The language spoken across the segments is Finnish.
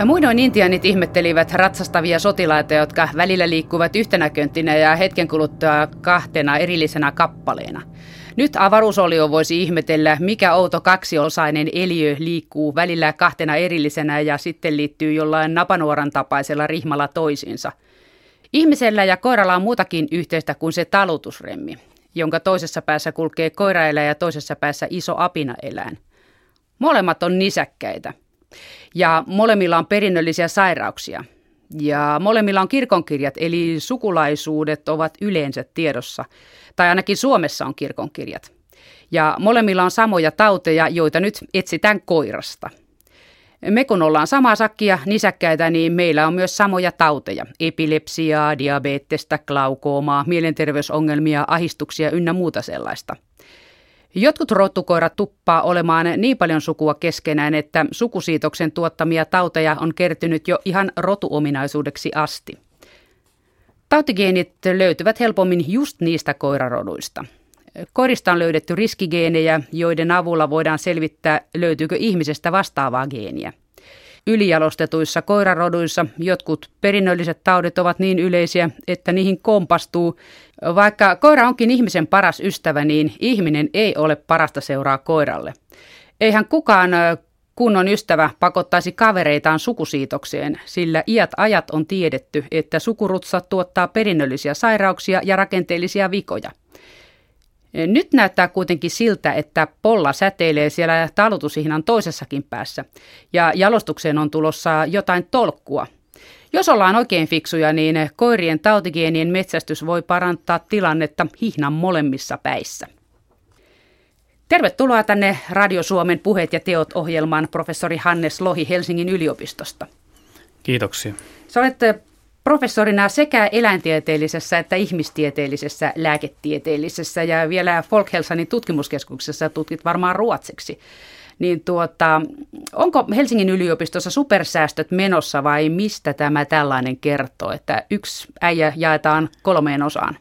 Muinoin intiaanit ihmettelivät ratsastavia sotilaita, jotka välillä liikkuvat yhtenä könttinä ja hetken kuluttua kahtena erillisenä kappaleena. Nyt avaruusolio voisi ihmetellä, mikä outo kaksiosainen eliö liikkuu välillä kahtena erillisenä ja sitten liittyy jollain napanuoran tapaisella rihmalla toisiinsa. Ihmisellä ja koiralla on muutakin yhteistä kuin se talutusremmi, jonka toisessa päässä kulkee koiraeläin ja toisessa päässä iso apinaeläin. Molemmat on nisäkkäitä ja molemmilla on perinnöllisiä sairauksia. Ja molemmilla on kirkonkirjat, eli sukulaisuudet ovat yleensä tiedossa, tai ainakin Suomessa on kirkonkirjat. Ja molemmilla on samoja tauteja, joita nyt etsitään koirasta. Me kun ollaan samaa sakkia nisäkkäitä, niin meillä on myös samoja tauteja. Epilepsiaa, diabetesta, glaukoomaa, mielenterveysongelmia, ahdistuksia ynnä muuta sellaista. Jotkut rotukoirat tuppaa olemaan niin paljon sukua keskenään, että sukusiitoksen tuottamia tauteja on kertynyt jo ihan rotuominaisuudeksi asti. Tautigeenit löytyvät helpommin just niistä koiraroduista. Koirista on löydetty riskigeenejä, joiden avulla voidaan selvittää, löytyykö ihmisestä vastaavaa geeniä. Ylijalostetuissa koiraroduissa jotkut perinnölliset taudit ovat niin yleisiä, että niihin kompastuu. Vaikka koira onkin ihmisen paras ystävä, niin ihminen ei ole parasta seuraa koiralle. Eihän kukaan kunnon ystävä pakottaisi kavereitaan sukusiitokseen, sillä iät ajat on tiedetty, että sukurutsa tuottaa perinnöllisiä sairauksia ja rakenteellisia vikoja. Nyt näyttää kuitenkin siltä, että polla säteilee siellä talutusihnan toisessakin päässä ja jalostukseen on tulossa jotain tolkkua. Jos ollaan oikein fiksuja, niin koirien tautigeenien metsästys voi parantaa tilannetta hihnan molemmissa päissä. Tervetuloa tänne Radio Suomen Puheet ja teot -ohjelmaan, professori Hannes Lohi Helsingin yliopistosta. Kiitoksia. Sä olet professorina sekä eläintieteellisessä että ihmistieteellisessä lääketieteellisessä ja vielä Folkhälsanin tutkimuskeskuksessa tutkit varmaan ruotsiksi. Niin onko Helsingin yliopistossa supersäästöt menossa vai mistä tämä tällainen kertoo, että yksi äijä jaetaan 3 osaan?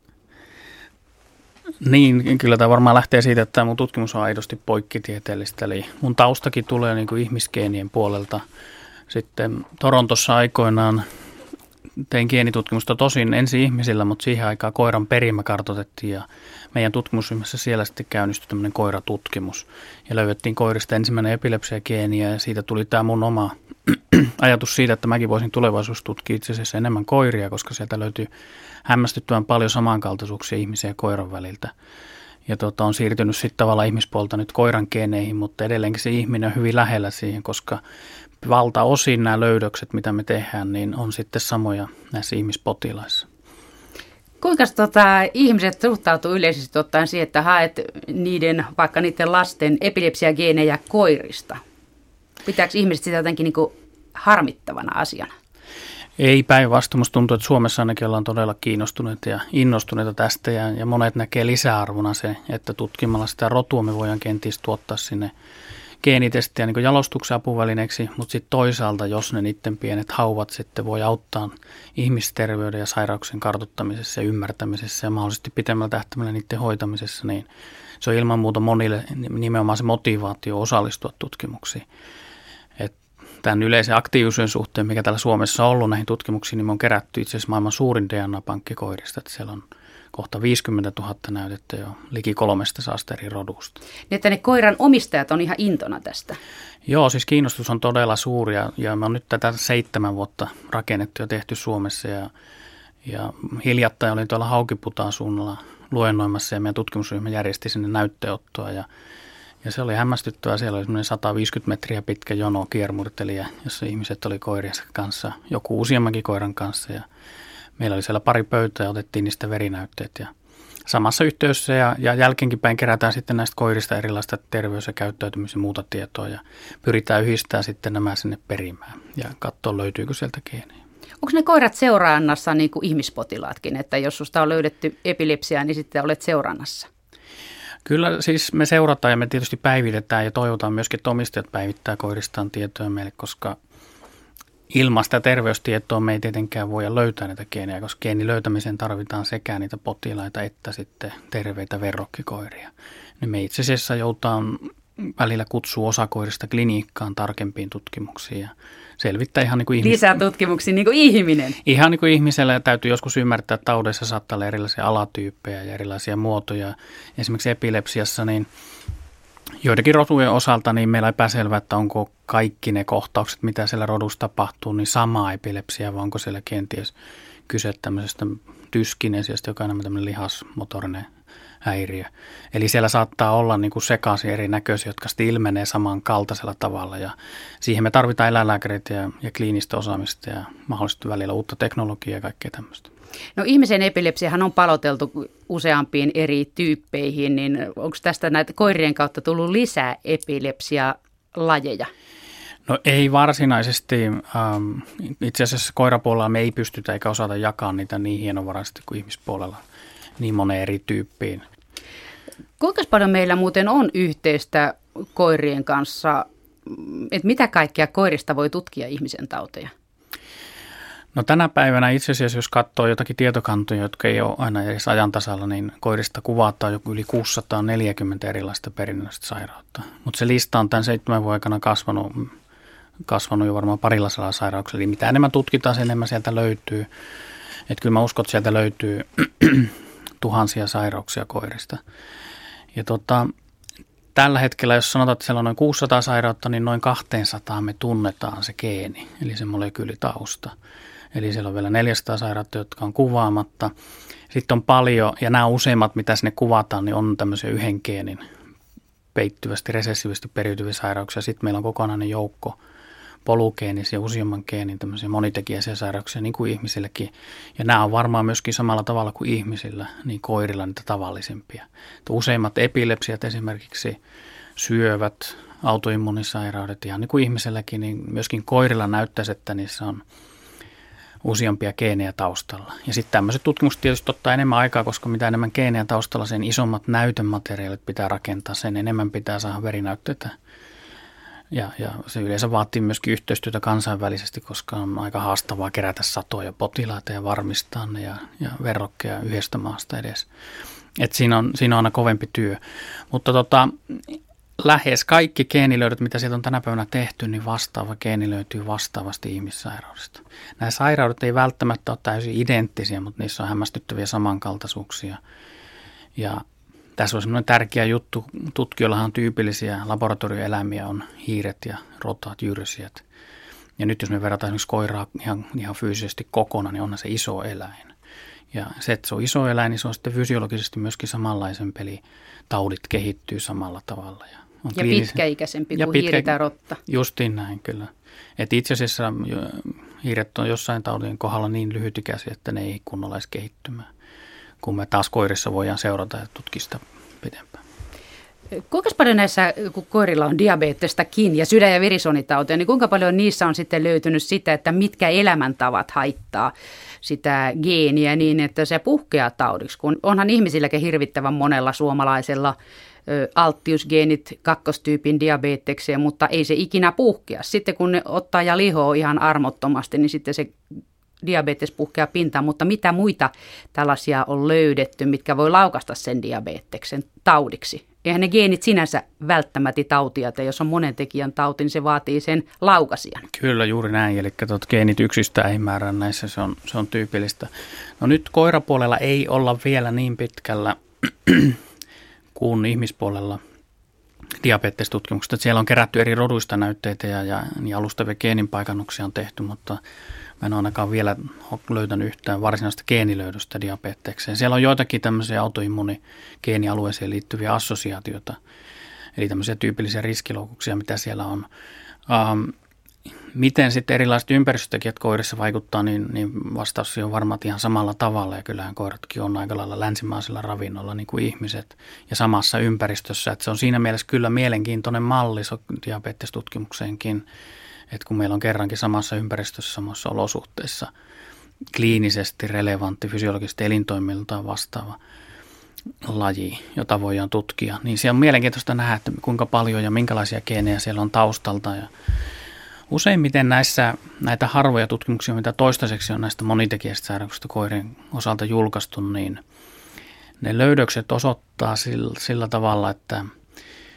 Niin, kyllä tämä varmaan lähtee siitä, että mun tutkimus on aidosti poikkitieteellistä. Eli mun taustakin tulee niin kuin ihmisgeenien puolelta. Sitten Torontossa aikoinaan tein geenitutkimusta tosin ensin ihmisillä, mutta siihen aikaan koiran perimä kartoitettiin ja meidän tutkimusryhmässä siellä sitten käynnistyi tämmöinen koiratutkimus. Ja löydettiin koirista ensimmäinen epilepsiageeni ja siitä tuli tämä mun oma ajatus siitä, että mäkin voisin tulevaisuudessa tutkia itse asiassa enemmän koiria, koska sieltä löytyy hämmästyttävän paljon samankaltaisuuksia ihmisen ja koiran väliltä. Ja on siirtynyt sitten tavallaan ihmispuolta nyt koiran geeneihin, mutta edelleenkin se ihminen on hyvin lähellä siihen, koska valtaosin nämä löydökset, mitä me tehdään, niin on sitten samoja näissä ihmispotilaissa. Kuinka ihmiset suhtautuu yleisesti ottaen siihen, että haet vaikka niiden lasten epilepsiageenejä koirista? Pitääkö ihmiset sitä jotenkin niin kuin harmittavana asiana? Ei päinvastoin. Musta tuntuu, että Suomessa ainakin ollaan todella kiinnostuneita ja innostuneita tästä ja monet näkee lisäarvona se, että tutkimalla sitä rotua me voidaan kenties tuottaa sinne geenitestiä niin jalostuksen apuvälineeksi, mutta sitten toisaalta, jos ne niiden pienet hauvat sitten voi auttaa ihmisterveyden ja sairauksien kartoittamisessa ja ymmärtämisessä ja mahdollisesti pitemmällä tähtäimellä niiden hoitamisessa, niin se on ilman muuta monille nimenomaan se motivaatio osallistua tutkimuksiin. Tämän yleisen aktiivisuuden suhteen, mikä täällä Suomessa on ollut näihin tutkimuksiin, niin me on kerätty itse asiassa maailman suurin DNA-pankki koirista, että siellä on kohta 50 000 näytettä jo liki 300 eri rodusta. Niin, että ne koiran omistajat on ihan intona tästä? Joo, siis kiinnostus on todella suuri ja me on nyt tätä 7 vuotta rakennettu ja tehty Suomessa ja hiljattain olin tuolla Haukiputaan suunnalla luennoimassa ja meidän tutkimusryhmä järjesti sinne näytteottoa ja se oli hämmästyttävää. Siellä oli semmoinen 150 metriä pitkä jono kiermurtelija, jossa ihmiset oli koiriensa kanssa, joku useammankin koiran kanssa ja meillä oli siellä pari pöytää ja otettiin niistä verinäytteet ja samassa yhteydessä ja jälkeenkin päin kerätään sitten näistä koirista erilaista terveys- ja käyttäytymisen ja muuta tietoa ja pyritään yhdistämään sitten nämä sinne perimään ja katsoa löytyykö sieltä geenejä. Onko ne koirat seurannassa niin kuin ihmispotilaatkin, että jos susta on löydetty epilepsiaa, niin sitten olet seurannassa? Kyllä siis me seurataan ja me tietysti päivitetään ja toivotaan myöskin, että omistajat päivittää koiristaan tietoja meille, koska ilman sitä terveystietoa me ei tietenkään voida löytää näitä geenejä, koska geenin löytämiseen tarvitaan sekä niitä potilaita että sitten terveitä verrokkikoiria. Niin me itse asiassa joudutaan välillä kutsuu osa koirista kliniikkaan tarkempiin tutkimuksiin ja selvittää ihan niin kuin lisää tutkimuksia niin kuin ihminen. Ihan niin kuin ihmisellä täytyy joskus ymmärtää, että taudeissa saattaa olla erilaisia alatyyppejä ja erilaisia muotoja. Esimerkiksi epilepsiassa, niin joidenkin rotujen osalta niin meillä on epäselvää, että onko kaikki ne kohtaukset, mitä siellä rodussa tapahtuu, niin sama epilepsia, vai onko siellä kenties kyse tämmöisestä dyskinesiasta, joka on enemmän tämmöinen lihasmotorinen häiriö. Eli siellä saattaa olla niin kuin sekaisin erinäköisiä, jotka sitten ilmenee samankaltaisella tavalla. Ja siihen me tarvitaan eläinlääkäreitä ja kliinistä osaamista ja mahdollisesti välillä uutta teknologiaa ja kaikkea tämmöistä. No ihmisen epilepsiahan on paloteltu useampiin eri tyyppeihin, niin onko tästä näitä koirien kautta tullut lisää epilepsialajeja? No ei varsinaisesti. Itse asiassa koirapuolella me ei pystytä eikä osata jakaa niitä niin hienovaraisesti kuin ihmispuolella niin moneen eri tyyppiin. Kuinka paljon meillä muuten on yhteistä koirien kanssa, että mitä kaikkea koirista voi tutkia ihmisen tauteja? No tänä päivänä itse asiassa, jos katsoo jotakin tietokantoja, jotka ei ole aina edes ajan tasalla, niin koirista kuvataan joku yli 640 erilaista perinnöllistä sairautta. Mutta se lista on tämän 7 vuoden aikana kasvanut jo varmaan 200 sairauksella. Eli mitä enemmän tutkitaan, sen enemmän sieltä löytyy. Että kyllä mä uskon, että sieltä löytyy tuhansia sairauksia koirista. Ja tällä hetkellä, jos sanotaan, että siellä on noin 600 sairautta, niin noin 200 me tunnetaan se geeni, eli se molekyylitausta. Eli siellä on vielä 400 sairautta, jotka on kuvaamatta. Sitten on paljon, ja nämä useimmat, mitä sinne kuvataan, niin on tämmöisiä yhden geenin peittyvästi, resessiivisesti periytyviä sairauksia. Sitten meillä on kokonainen joukko polygeenisia, useamman geenin tämmöisiä monitekijäisiä sairauksia, niin kuin ihmisillekin. Ja nämä on varmaan myöskin samalla tavalla kuin ihmisillä, niin koirilla niitä tavallisempia. Useimmat epilepsiat esimerkiksi, syövät, autoimmunisairaudet, ihan niin kuin ihmiselläkin, niin myöskin koirilla näyttäisi, että niissä on useampia geenejä taustalla. Ja sitten tämmöiset tutkimukset tietysti ottaa enemmän aikaa, koska mitä enemmän geenejä taustalla, sen isommat näytemateriaalit pitää rakentaa, sen enemmän pitää saada verinäytteitä. Ja se yleensä vaatii myöskin yhteistyötä kansainvälisesti, koska on aika haastavaa kerätä satoja potilaita ja varmistaa ne ja verrokkeja yhdestä maasta edes. Et siinä on aina kovempi työ. Mutta lähes kaikki geenilöydöt, mitä sieltä on tänä päivänä tehty, niin vastaava geeni löytyy vastaavasti ihmissairaudesta. Nämä sairaudet ei välttämättä ole täysin identtisiä, mutta niissä on hämmästyttäviä samankaltaisuuksia. Ja tässä on semmoinen tärkeä juttu. Tutkijoillahan on tyypillisiä laboratorioeläimiä, on hiiret ja rotat, jyrsijät. Ja nyt jos me verrataan esimerkiksi koiraa ihan fyysisesti kokona, niin onhan se iso eläin. Ja se, että se on iso eläin, niin se on sitten fysiologisesti myöskin samanlaisen, eli taudit kehittyy samalla tavalla. Ja pitkäikäisempi kuin hiiri tai rotta. Justiin näin, kyllä. Et itse asiassa hiiret on jossain taudin kohdalla niin lyhytikäisiä, että ne ei kunnolla edes kehittymään, kun me taas koirissa voidaan seurata ja tutkia sitä pidempään. Kuinka paljon näissä, kun koirilla on diabetestakin ja sydän- ja verisuonitauteja, niin kuinka paljon niissä on sitten löytynyt sitä, että mitkä elämäntavat haittaa sitä geeniä niin, että se puhkeaa taudiksi? Kun onhan ihmisilläkin hirvittävän monella suomalaisella alttiusgeenit kakkostyypin diabetekseen, mutta ei se ikinä puhkea. Sitten kun ne ottaa ja lihoo ihan armottomasti, niin sitten se diabetes puhkeaa pintaan, mutta mitä muita tällaisia on löydetty, mitkä voi laukasta sen diabeteksen taudiksi? Eihän ne geenit sinänsä välttämättä tautia, että jos on monen tekijän tauti, niin se vaatii sen laukasijan. Kyllä, juuri näin. Eli geenit yksistä ei määrää näissä, se on tyypillistä. No nyt koirapuolella ei olla vielä niin pitkällä kuin ihmispuolella diabetestutkimuksesta. Siellä on kerätty eri roduista näytteitä ja alustavia geeninpaikannuksia on tehty, mutta mä en ainakaan vielä löytänyt yhtään varsinaista geenilöydöstä diabetekseen. Siellä on joitakin tämmöisiä autoimmunigeenialueeseen liittyviä assosiaatioita, eli tämmöisiä tyypillisiä riskiloukuksia, mitä siellä on. Miten sitten erilaiset ympäristötekijät koirissa vaikuttaa, niin vastaus on varmaan ihan samalla tavalla. Ja kyllähän koiratkin on aika lailla länsimaisella ravinnolla niin kuin ihmiset ja samassa ympäristössä. Että se on siinä mielessä kyllä mielenkiintoinen malli diabetestutkimukseenkin, että kun meillä on kerrankin samassa ympäristössä, samassa olosuhteissa kliinisesti relevantti, fysiologisesti elintoimiltaan vastaava laji, jota voidaan tutkia, niin siellä on mielenkiintoista nähdä, että kuinka paljon ja minkälaisia geenejä siellä on taustalta. Ja useimmiten näitä harvoja tutkimuksia, mitä toistaiseksi on näistä monitekijäisistä sairauksista koirien osalta julkaistu, niin ne löydökset osoittaa sillä tavalla, että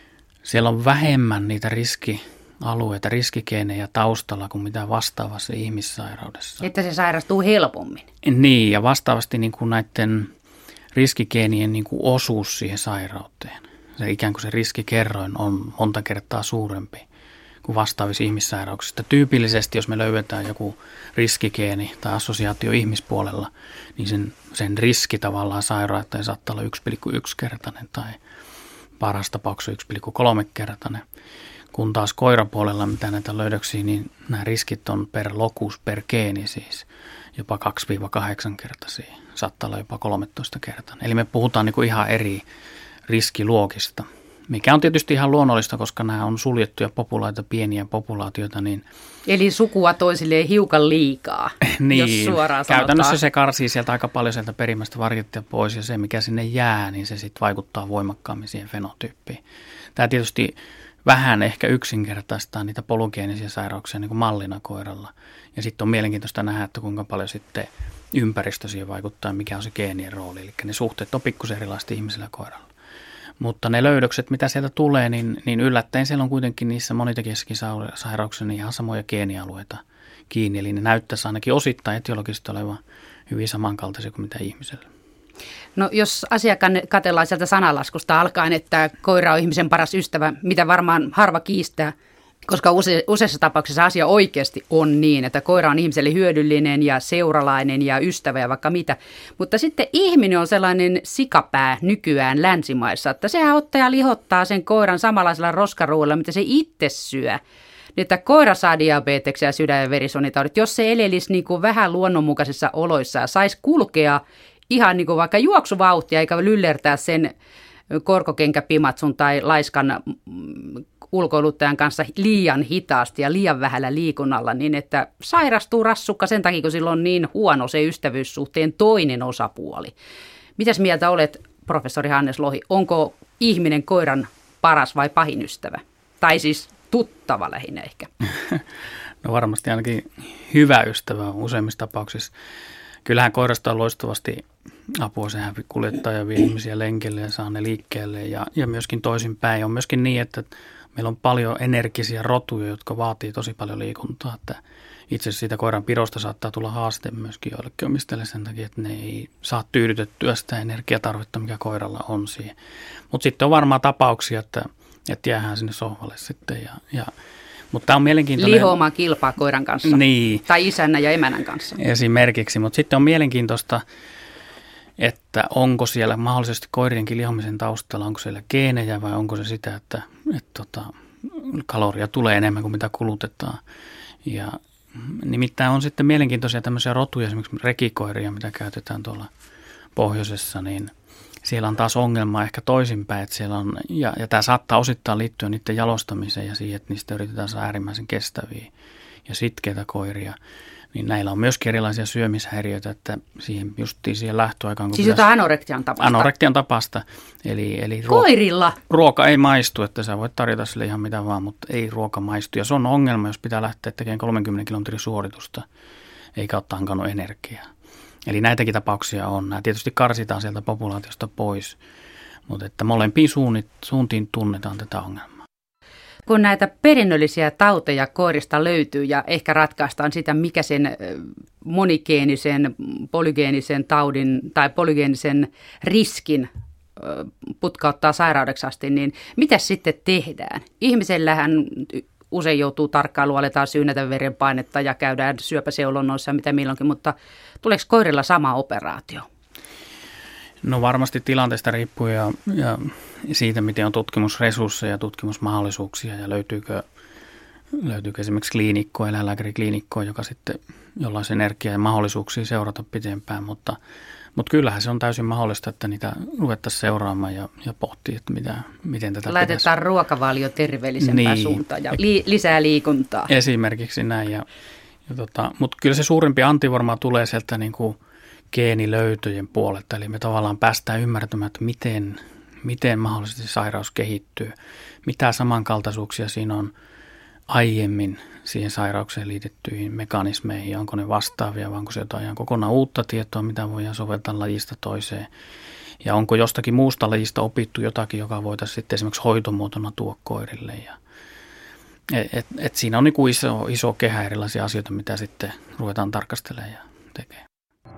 siellä on vähemmän niitä riskialueita, riskigeenejä taustalla kuin mitä vastaavassa ihmissairaudessa. Että se sairastuu helpommin. Niin, ja vastaavasti niin kuin näiden riskigeenien niin kuin osuus siihen sairauteen. Se ikään kuin se riskikerroin on monta kertaa suurempi kuin vastaavissa ihmissairauksissa. Tyypillisesti, jos me löydetään joku riskigeeni tai assosiaatio ihmispuolella, niin sen riski tavallaan sairauteen saattaa olla 1,1-kertainen tai parhaassa tapauksessa 1,3-kertainen. Kun taas koirapuolella, mitä näitä löydöksiä, niin nämä riskit on per locus, per geeni siis jopa 2-8-kertaisia. Saattaa olla jopa 13-kertainen. Eli me puhutaan niin kuin ihan eri riskiluokista, mikä on tietysti ihan luonnollista, koska nämä on suljettuja populaatioita, pieniä populaatioita. Niin eli sukua toisilleen hiukan liikaa, niin, jos suoraan sanotaan. Käytännössä se karsii sieltä aika paljon sieltä perimmäistä variettia pois, ja se mikä sinne jää, niin se sitten vaikuttaa voimakkaammin siihen fenotyyppiin. Tämä tietysti vähän ehkä yksinkertaistaa niitä polygeenisiä sairauksia niin kuin mallina koiralla. Ja sitten on mielenkiintoista nähdä, että kuinka paljon sitten ympäristö siihen vaikuttaa, mikä on se geenien rooli. Eli ne suhteet on pikkusen erilaiset ihmisillä ja koiralla. Mutta ne löydökset, mitä sieltä tulee, niin yllättäen siellä on kuitenkin niissä monitekijäissäkin sairauksissa ihan samoja geenialueita kiinni. Eli ne näyttäisi ainakin osittain etiologisesti olevan hyvin samankaltaisia kuin mitä ihmisellä. No jos asia katsellaan sieltä sanalaskusta alkaen, että koira on ihmisen paras ystävä, mitä varmaan harva kiistää, koska useissa tapauksissa asia oikeasti on niin, että koira on ihmiselle hyödyllinen ja seuralainen ja ystävä ja vaikka mitä. Mutta sitten ihminen on sellainen sikapää nykyään länsimaissa, että sehän ottaa ja lihottaa sen koiran samanlaisella roskaruuilla, mitä se itse syö. Niin, että koira saa diabeteksia ja sydän- ja verisuonitaudit, jos se elelisi niin kuin vähän luonnonmukaisissa oloissa ja saisi kulkea ihan niin kuin vaikka juoksuvauhtia eikä lyllertää sen korkokenkäpimatsun tai laiskan ulkoiluttajan kanssa liian hitaasti ja liian vähällä liikunnalla, niin että sairastuu rassukka sen takia, kun sillä on niin huono se ystävyyssuhteen toinen osapuoli. Mitäs mieltä olet, professori Hannes Lohi, onko ihminen koiran paras vai pahin ystävä? Tai siis tuttava lähinnä ehkä. No varmasti ainakin hyvä ystävä useimmissa tapauksissa. Kyllähän koirasta on loistavasti apua, sehän kuljettaa ja vie ihmisiä lenkille ja saa ne liikkeelle ja myöskin toisinpäin. On myöskin niin, että meillä on paljon energisiä rotuja, jotka vaatii tosi paljon liikuntaa. Että itse asiassa siitä koiran pidosta saattaa tulla haaste myöskin joillekin omistajille sen takia, että ne ei saa tyydytettyä sitä energiatarvetta, mikä koiralla on siihen. Mutta sitten on varmaan tapauksia, että jäähän sinne sohvalle sitten mutta tämä on mielenkiintoinen. Lihoamaan kilpaa koiran kanssa. Niin. Tai isännän ja emänän kanssa. Esimerkiksi, mutta sitten on mielenkiintoista, että onko siellä mahdollisesti koirienkin lihomisen taustalla, onko siellä geenejä vai onko se sitä, että kaloria tulee enemmän kuin mitä kulutetaan. Ja nimittäin on sitten mielenkiintoisia tämmöisiä rotuja, esimerkiksi rekikoiria, mitä käytetään tuolla pohjoisessa, niin siellä on taas ongelma ehkä toisinpäin, että siellä on, ja tämä saattaa osittain liittyä niiden jalostamiseen ja siihen, että niistä yritetään saada äärimmäisen kestäviä ja sitkeitä koiria. Niin näillä on myöskin erilaisia syömishäiriöitä, että siihen lähtöaikaan. Siis jotain anorektian tapasta. Anorektian tapasta. Eli koirilla? Ruoka ei maistu, että sä voit tarjota sille ihan mitä vaan, mutta ei ruoka maistu. Ja se on ongelma, jos pitää lähteä tekemään 30 kilometrin suoritusta, eikä ole tankannut energiaa. Eli näitäkin tapauksia on. Nämä tietysti karsitaan sieltä populaatiosta pois, mutta että molempiin suuntiin tunnetaan tätä ongelmaa. Kun näitä perinnöllisiä tauteja koirista löytyy ja ehkä ratkaistaan sitä, mikä sen monigeenisen, polygeenisen taudin tai polygeenisen riskin putkauttaa sairaudeksi asti, niin mitä sitten tehdään? Ihmisellähän usein joutuu tarkkailuun, aletaan syynätä verenpainetta ja käydään syöpäseulonnoissa mitä milloinkin, mutta tuleeko koirilla sama operaatio? No varmasti tilanteesta riippuu ja siitä, miten on tutkimusresursseja ja tutkimusmahdollisuuksia ja löytyykö esimerkiksi kliinikkoa, eläinlääkärikliinikkoa, joka sitten jolla olisi energiaa ja mahdollisuuksia seurata pitempään, mutta kyllähän se on täysin mahdollista, että niitä ruvettaisiin seuraamaan ja pohtia, että miten tätä laitetaan pitäisi. Ruokavalio terveellisempään suuntaan ja lisää liikuntaa. Esimerkiksi näin, mutta kyllä se suurempi anti varmaan tulee sieltä niin kuin geenilöytöjen puolelta, eli me tavallaan päästään ymmärtämään, että miten mahdollisesti sairaus kehittyy, mitä samankaltaisuuksia siinä on aiemmin siihen sairaukseen liitettyihin mekanismeihin, onko ne vastaavia vai onko se jotain ihan kokonaan uutta tietoa, mitä voidaan soveltaa lajista toiseen. Ja onko jostakin muusta lajista opittu jotakin, joka voitaisiin sitten esimerkiksi hoitomuotona tuoda koirille. Siinä on niin kuin iso kehä erilaisia asioita, mitä sitten ruvetaan tarkastelemaan ja tekemään.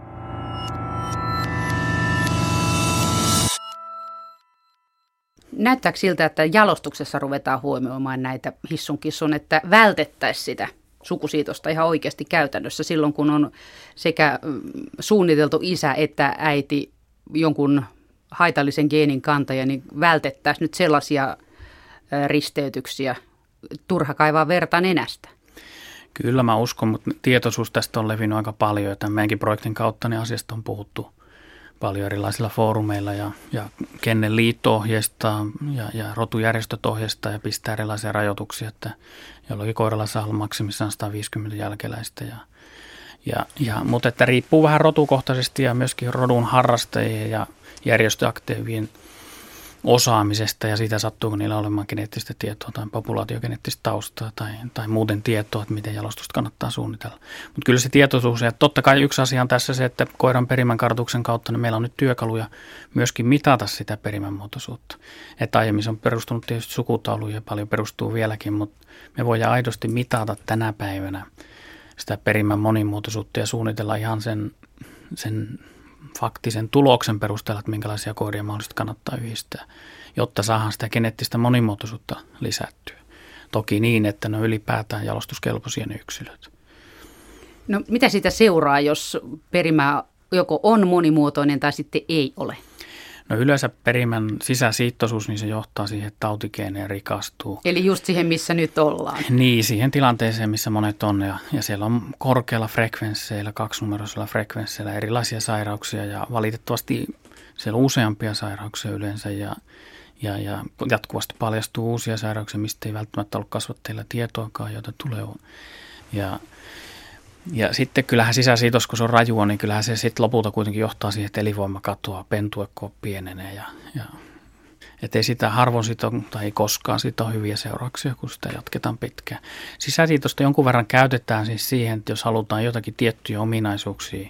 Näyttääkö siltä, että jalostuksessa ruvetaan huomioimaan näitä hissun kissun, että vältettäisiin sitä sukusiitosta ihan oikeasti käytännössä silloin, kun on sekä suunniteltu isä että äiti jonkun haitallisen geenin kantaja, niin vältettäisiin nyt sellaisia risteytyksiä, turha kaivaa verta nenästä. Kyllä mä uskon, mutta tietoisuus tästä on levinnyt aika paljon, että meidänkin projektin kautta niin asiasta on puhuttu paljon erilaisilla foorumeilla ja Kennelliitto ohjeistaa ja rotujärjestöt ohjeistaa ja pistää erilaisia rajoituksia, että jollakin koiralla saa olla maksimissaan 150 jälkeläistä. Mutta että riippuu vähän rotukohtaisesti ja myöskin rodun harrastajien ja järjestöaktiivien osaamisesta ja siitä sattuuko niillä olemaan geneettistä tietoa tai populaatiogeneettistä taustaa tai muuten tietoa, että miten jalostusta kannattaa suunnitella. Mutta kyllä se tietoisuus ja totta kai yksi asia on tässä se, että koiran perimän kartoituksen kautta niin meillä on nyt työkaluja myöskin mitata sitä perimän muotoisuutta. Että aiemmin se on perustunut tietysti sukutauluun ja paljon perustuu vieläkin, mutta me voidaan aidosti mitata tänä päivänä sitä perimän monimuotoisuutta ja suunnitella ihan sen faktisen tuloksen perusteella, että minkälaisia koiria mahdollisesti kannattaa yhdistää, jotta saadaan sitä geneettistä monimuotoisuutta lisättyä. Toki niin, että ne on ylipäätään jalostuskelpoisia ne yksilöt. No mitä siitä seuraa, jos perimä joko on monimuotoinen tai sitten ei ole? No yleensä perimän sisäsiittoisuus, niin se johtaa siihen, että tautigeenejä rikastuu. Eli just siihen, missä nyt ollaan. Niin, siihen tilanteeseen, missä monet on. Ja siellä on korkealla frekvensseillä, kaksinumeroisilla frekvensseillä erilaisia sairauksia. Ja valitettavasti siellä on useampia sairauksia yleensä. Ja jatkuvasti paljastuu uusia sairauksia, mistä ei välttämättä ollut kasvattajilla tietoakaan, joita tulee. Ja sitten kyllähän sisäsiitos, kun se on rajua, niin kyllähän se sitten lopulta kuitenkin johtaa siihen, että elinvoima katoaa, pentuekko pienenee. Että ei sitä harvoin siitä tai ei koskaan siitä ole hyviä seurauksia, kun sitä jatketaan pitkään. Sisäsiitosta jonkun verran käytetään siis siihen, että jos halutaan jotakin tiettyjä ominaisuuksia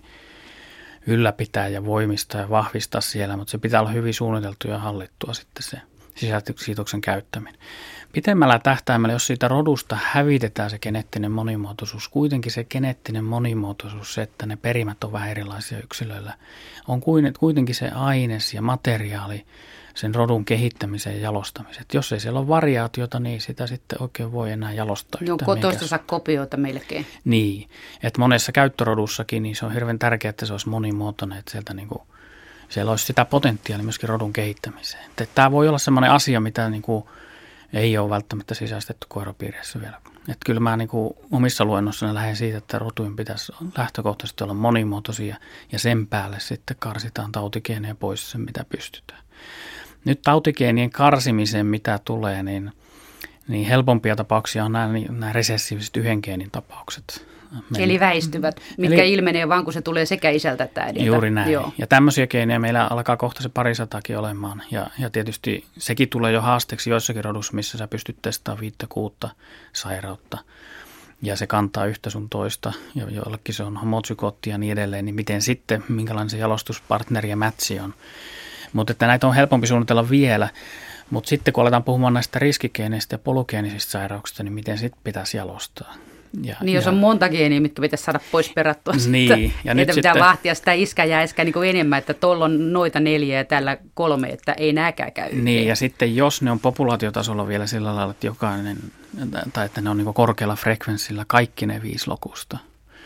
ylläpitää ja voimistaa ja vahvistaa siellä, mutta se pitää olla hyvin suunniteltu ja hallittua sitten se sisäsiitoksen käyttäminen. Pitemmällä tähtäimellä, jos siitä rodusta hävitetään se geneettinen monimuotoisuus, kuitenkin se geneettinen monimuotoisuus, se, että ne perimät on vähän erilaisia yksilöillä, on kuitenkin se aines ja materiaali sen rodun kehittämiseen ja jalostamiseen. Jos ei siellä ole variaatiota, niin sitä sitten oikein voi enää jalostaa yhtään. Joo, toistensa kopioita melkein. Niin, että monessa käyttörodussakin niin se on hirveän tärkeää, että se olisi monimuotoinen, että sieltä niinku, siellä olisi sitä potentiaalia myöskin rodun kehittämiseen. Että tämä voi olla sellainen asia, mitä niinku ei ole välttämättä sisäistetty koirapiirissä vielä. Että kyllä mä niinku omissa luennoissani lähden siitä, että rotujen pitäisi lähtökohtaisesti olla monimuotoisia ja sen päälle sitten karsitaan tautigeenejä pois sen, mitä pystytään. Nyt tautigeenien karsimiseen, mitä tulee, niin helpompia tapauksia on nämä resessiiviset yhden geenin tapaukset. Eli väistyvät, mitkä ilmenee vaan, kun se tulee sekä isältä että äidiltä. Juuri näin. Joo. Ja tämmöisiä geenejä meillä alkaa kohta se 200kin olemaan. Ja tietysti sekin tulee jo haasteeksi joissakin rodussa, missä sä pystyt testaamaan 5-6 sairautta. Ja se kantaa yhtä sun toista, ja jollakin se on homozygootti ja niin edelleen. Niin miten sitten, minkälainen se jalostuspartneri ja mätsi on. Mutta että näitä on helpompi suunnitella vielä. Mutta sitten kun aletaan puhumaan näistä riskigeeneistä ja polygeenisistä sairauksista, niin miten sitten pitäisi jalostaa? Jos on monta geeniä, mitkä pitäisi saada pois perattua. Niin. Ja nyt pitää vahtia sitä iskä ja äskä niin kuin enemmän, että tuolla on noita 4 ja tällä 3, että ei nääkään käy. Niin, ja sitten jos ne on populaatiotasolla vielä sillä lailla, että jokainen, tai että ne on niin kuin korkealla frekvenssillä kaikki ne 5 lokusta,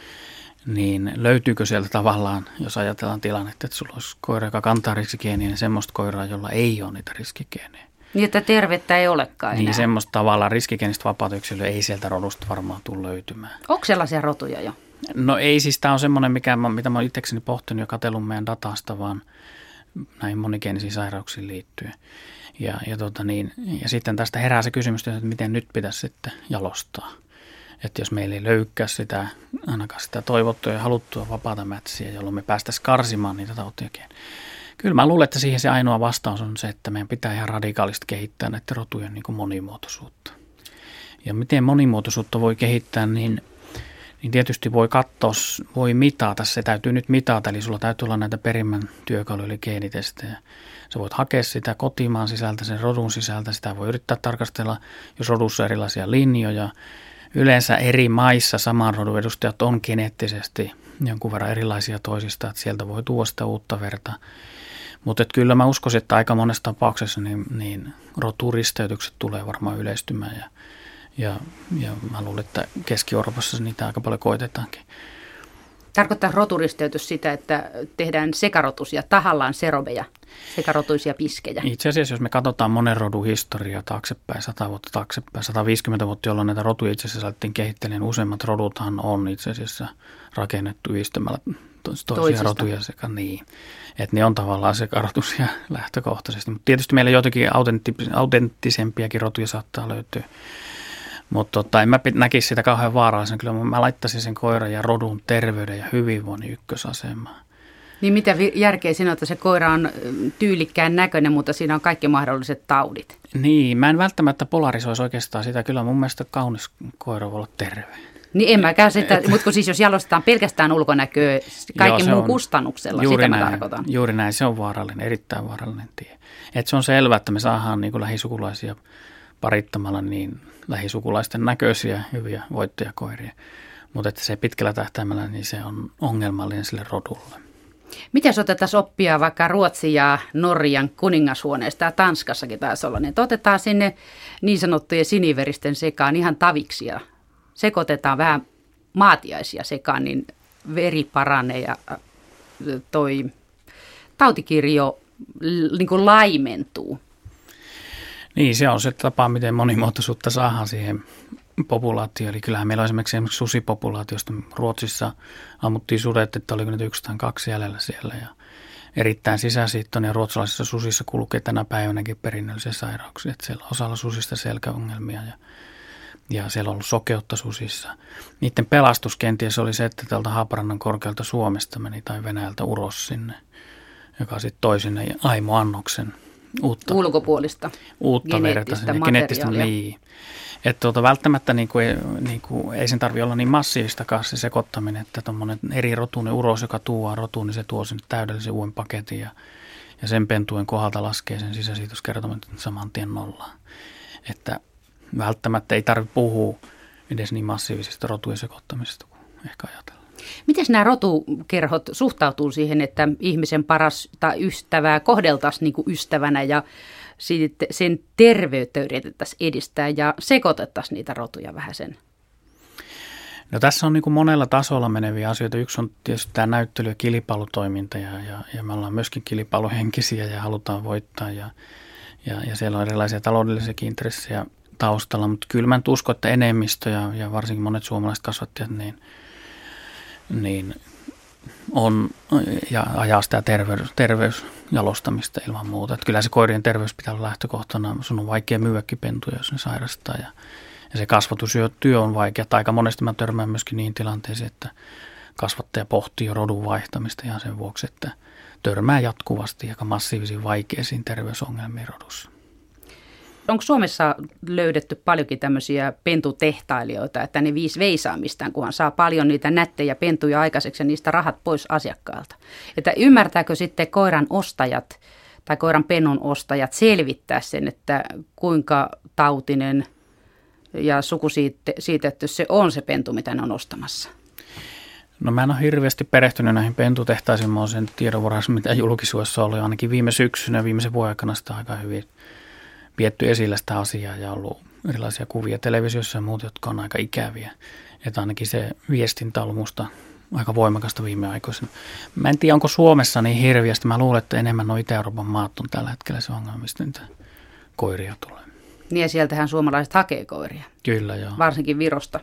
niin löytyykö sieltä tavallaan, jos ajatellaan tilannetta, että sulla olisi koira, joka kantaa riskigeeniä, niin semmoista koiraa, jolla ei ole niitä riskigeenejä. Niin, että tervettä ei olekaan enää. Niin, semmoista tavallaan riskigeenistä vapaata yksilöä ei sieltä rodusta varmaan tule löytymään. Onko sellaisia rotuja jo? No ei, siis tämä on semmoinen, mitä mä oon itsekseni pohtinut ja katsellut meidän datasta, vaan näihin monigeenisiin sairauksiin liittyen. Ja sitten tästä herää se kysymys, että miten nyt pitäisi sitten jalostaa. Että jos meillä ei löykää sitä, ainakaan sitä toivottua ja haluttua vapaata mätsiä, jolloin me päästäisiin karsimaan niitä tautiakin. Kyllä mä luulen, että siihen se ainoa vastaus on se, että meidän pitää ihan radikaalisti kehittää näiden rotujen niin kuin monimuotoisuutta. Ja miten monimuotoisuutta voi kehittää, niin niin tietysti voi katsoa, voi mitata, se täytyy nyt mitata, eli sulla täytyy olla näitä perimän työkaluja, eli geenitestejä. Sä voit hakea sitä kotimaan sisältä, sen rodun sisältä, sitä voi yrittää tarkastella, jos rodussa on erilaisia linjoja. Yleensä eri maissa saman rodun edustajat on geneettisesti jonkun verran erilaisia toisista, että sieltä voi tuoda sitä uutta verta. Mutta kyllä mä uskoisin, että aika monessa tapauksessa niin roturisteytykset tulee varmaan yleistymään ja mä luulen, että Keski-Euroopassa niitä aika paljon koetetaankin. Tarkoittaa roturisteytys sitä, että tehdään sekarotuisia, tahallaan serobeja, sekarotuisia piskejä? Itse asiassa, jos me katsotaan monen rodun historiaa taaksepäin, 100 vuotta taaksepäin, 150 vuotta, jolloin näitä rotuja itse asiassa alettiin kehittelemään, useimmat roduthan on itse asiassa rakennettu yhdistämällä toisia rotuja sekä niin. Että ne on tavallaan sekarotusia lähtökohtaisesti. Mutta tietysti meillä joitakin autenttisempiakin rotuja saattaa löytyä. Mutta en mä näkisi sitä kauhean vaarallisen. Kyllä mä laittaisin sen koiran ja rodun terveyden ja hyvinvoinnin ykkösasemaan. Niin mitä järkeä siinä on, että se koira on tyylikkään näköinen, mutta siinä on kaikki mahdolliset taudit? Niin, mä en välttämättä polarisoisi oikeastaan sitä. Kyllä mun mielestä kaunis koira voi olla terve. Niin en mäkään sitä, mutta kun siis jos jalostetaan pelkästään ulkonäköä kaiken muun kustannuksella, sitä mä tarkoitan. Juuri näin, se on vaarallinen, erittäin vaarallinen tie. Et se on selvää, että me saadaan niin kuin lähisukulaisia parittamalla niin lähisukulaisten näköisiä hyviä voittajakoiria, mutta että se pitkällä tähtäimellä niin se on ongelmallinen sille rodulle. Miten otetaan oppia vaikka Ruotsin ja Norjan kuningashuoneesta ja Tanskassakin taisi olla, niin otetaan sinne niin sanottujen siniveristen sekaan ihan taviksi ja sekoitetaan vähän maatiaisia sekaan, niin veri paranee ja toi tautikirjo niin kuin laimentuu. Niin, se on se tapa, miten monimuotoisuutta saadaan siihen populaatioon. Eli kyllähän meillä on esimerkiksi susipopulaatiosta Ruotsissa ammuttiin sudet, että oliko nyt 1 tai 2 jäljellä siellä. Ja erittäin sisäsiittoinen ja ruotsalaisissa susissa kulkee tänä päivänäkin perinnöllisiä sairauksia. Että siellä on osalla susista selkäongelmia ja siellä on ollut sokeutta susissa. Niiden pelastus kenties oli se, että täältä Haaparannan korkealta Suomesta meni tai Venäjältä uros sinne, joka sitten toi sinne aimoannoksen ulkopuolista uutta verta sinne, geneettistä niin. Että välttämättä ei sen tarvitse olla niin massiivistakaan se sekoittaminen, että tuommoinen eri rotuinen uros, joka tuo rotuun, niin se tuo sinne täydellisen uuden paketin ja sen pentujen kohdalta laskee sen sisäsiitoskertoimen saman tien nollaan. Että välttämättä ei tarvitse puhua edes niin massiivisesta rotujen sekoittamisesta kuin ehkä ajatellaan. Miten nämä rotukerhot suhtautuu siihen, että ihmisen parasta ystävää kohdeltaisiin niin kuin ystävänä ja sen terveyttä yritettäisiin edistää ja sekoitettaisiin niitä rotuja vähän sen? No tässä on niin kuin monella tasolla meneviä asioita. Yksi on tietysti tämä näyttely- ja kilpailutoiminta ja me ollaan myöskin kilpailuhenkisiä ja halutaan voittaa ja siellä on erilaisia taloudellisia intressejä taustalla, mutta kyllä mä en usko, että enemmistö ja varsinkin monet suomalaiset kasvattajat niin on ja ajaa sitä terveysjalostamista ilman muuta. Että kyllä se koirien terveys pitää olla lähtökohtana. Sun on vaikea myydäkin pentuja, jos ne sairastaa ja se kasvatustyö on vaikea. Aika monesti mä törmään myöskin niin tilanteisiin, että kasvattaja pohtii jo rodun vaihtamista ihan sen vuoksi, että törmää jatkuvasti aika massiivisiin vaikeisiin terveysongelmiin rodussa. Onko Suomessa löydetty paljonkin tämmöisiä pentutehtailijoita, että ne veisaa mistään, kunhan saa paljon niitä nättejä pentuja aikaiseksi ja niistä rahat pois asiakkaalta? Että ymmärtääkö sitten koiran ostajat tai koiran pennun ostajat selvittää sen, että kuinka tautinen ja sukusiitetty se on se pentu, mitä ne on ostamassa? No mä en ole hirveästi perehtynyt näihin pentutehtaisiin. Mä oon sen tiedonvarassa, mitä julkisuudessa oli ainakin viime syksynä ja viimeisen vuoden aikana sitä aika hyvin vietty esillä sitä asiaa ja ollut erilaisia kuvia televisiossa ja muut, jotka on aika ikäviä. Että ainakin se viestintä on ollut musta aika voimakasta viime aikoina. Mä en tiedä, onko Suomessa niin hirviästi. Mä luulen, että enemmän nuo Itä-Euroopan maat on tällä hetkellä se ongelma, mistä niitä koiria tulee. Niin ja sieltähän suomalaiset hakee koiria. Kyllä, joo. Varsinkin Virosta.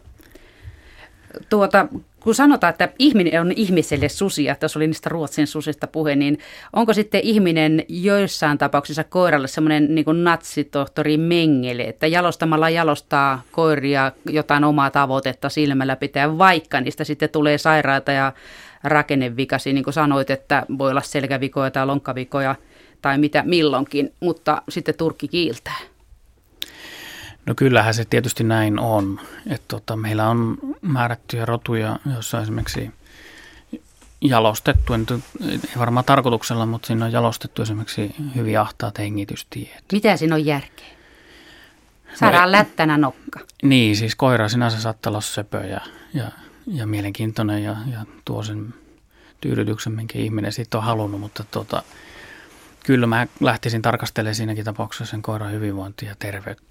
Kun sanotaan, että ihminen on ihmiselle susi, ja tässä oli niistä Ruotsin susista puhe, niin onko sitten ihminen joissain tapauksissa koiralle semmoinen niin kuin natsitohtori Mengele, että jalostamalla jalostaa koiria jotain omaa tavoitetta silmällä pitää, vaikka niistä sitten tulee sairaita ja rakennevikaisia, niin kuin sanoit, että voi olla selkävikoja tai lonkkavikoja tai mitä milloinkin, mutta sitten turkki kiiltää. No kyllähän se tietysti näin on, että meillä on määrättyjä rotuja, joissa esimerkiksi jalostettu, ei varmaan tarkoituksella, mutta siinä on jalostettu esimerkiksi hyvin ahtaat hengitystiet. Mitä siinä on järkeä? Saadaan lättänä nokka. Niin, siis koira sinänsä saattaa olla söpö ja mielenkiintoinen ja tuo sen tyydytyksen, minkä ihminen siitä on halunnut, mutta kyllä mä lähtisin tarkastelemaan siinäkin tapauksessa sen koiran hyvinvointia ja terveyttä.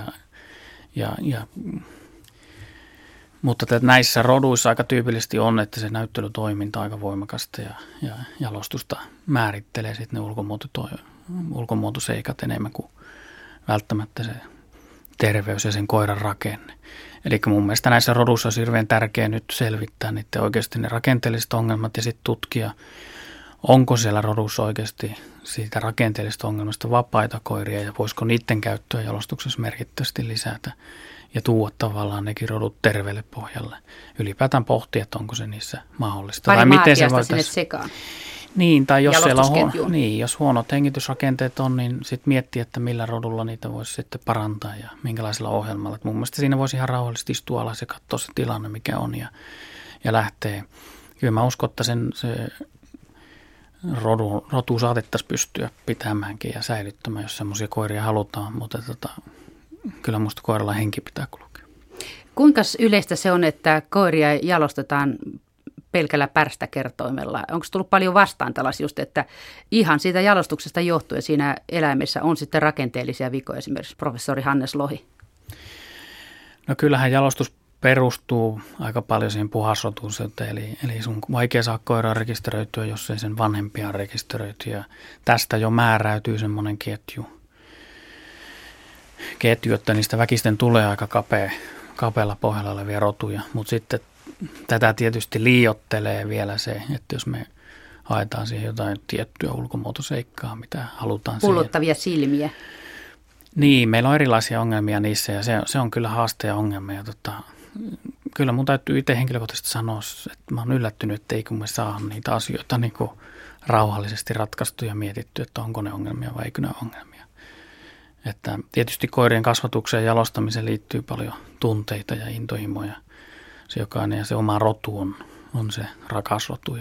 Mutta näissä roduissa aika tyypillisesti on, että se näyttelytoiminta on aika voimakasta ja jalostusta määrittelee sitten ne ulkomuotoseikat enemmän kuin välttämättä se terveys ja sen koiran rakenne. Eli mun mielestä näissä roduissa on hirveän tärkeää nyt selvittää niiden oikeasti ne rakenteelliset ongelmat ja sitten tutkia, onko siellä rodussa oikeasti siitä rakenteellisesta ongelmasta vapaita koiria ja voisiko niiden käyttöä jalostuksessa merkittävästi lisätä ja tuoda tavallaan nekin rodut terveelle pohjalle. Ylipäätään pohtia, että onko se niissä mahdollista. Pari maatiasta sinne sekaan. Niin, tai jos siellä on jos huonot hengitysrakenteet on, niin sitten miettiä, että millä rodulla niitä voisi sitten parantaa ja minkälaisella ohjelmalla. Et mun mielestä siinä voisi ihan rauhallisesti istua alas ja katsoa se tilanne, mikä on ja lähtee. Kyllä mä uskon, että se rotu saatettaisiin pystyä pitämäänkin ja säilyttämään, jos semmoisia koiria halutaan, mutta kyllä musta koiralla henki pitää kulkea. Kuinka yleistä se on, että koiria jalostetaan pelkällä pärstäkertoimella? Onko tullut paljon vastaan tällaisia just, että ihan siitä jalostuksesta johtuen siinä eläimessä on sitten rakenteellisia vikoja, esimerkiksi professori Hannes Lohi? No kyllähän jalostus perustuu aika paljon siihen puhasrotuuteen, eli sun vaikea saa koiraa rekisteröityä, jos ei sen vanhempia on rekisteröity, ja tästä jo määräytyy semmoinen ketju, että niistä väkisten tulee aika kapealla pohjalla olevia rotuja, mutta sitten tätä tietysti liioittelee vielä se, että jos me haetaan siihen jotain tiettyä ulkomuotoseikkaa, mitä halutaan pullottavia silmiä. Niin, meillä on erilaisia ongelmia niissä ja se on kyllä haaste ja ongelma. Ja kyllä mun täytyy itse henkilökohtaisesti sanoa, että mä oon yllättynyt, että eikö me saa niitä asioita niin kuin rauhallisesti ratkaistu ja mietitty, että onko ne ongelmia vai eikö ne ole ongelmia. Että tietysti koirien kasvatukseen ja jalostamiseen liittyy paljon tunteita ja intohimoja. Se jokainen ja se oma rotu on se rakas rotu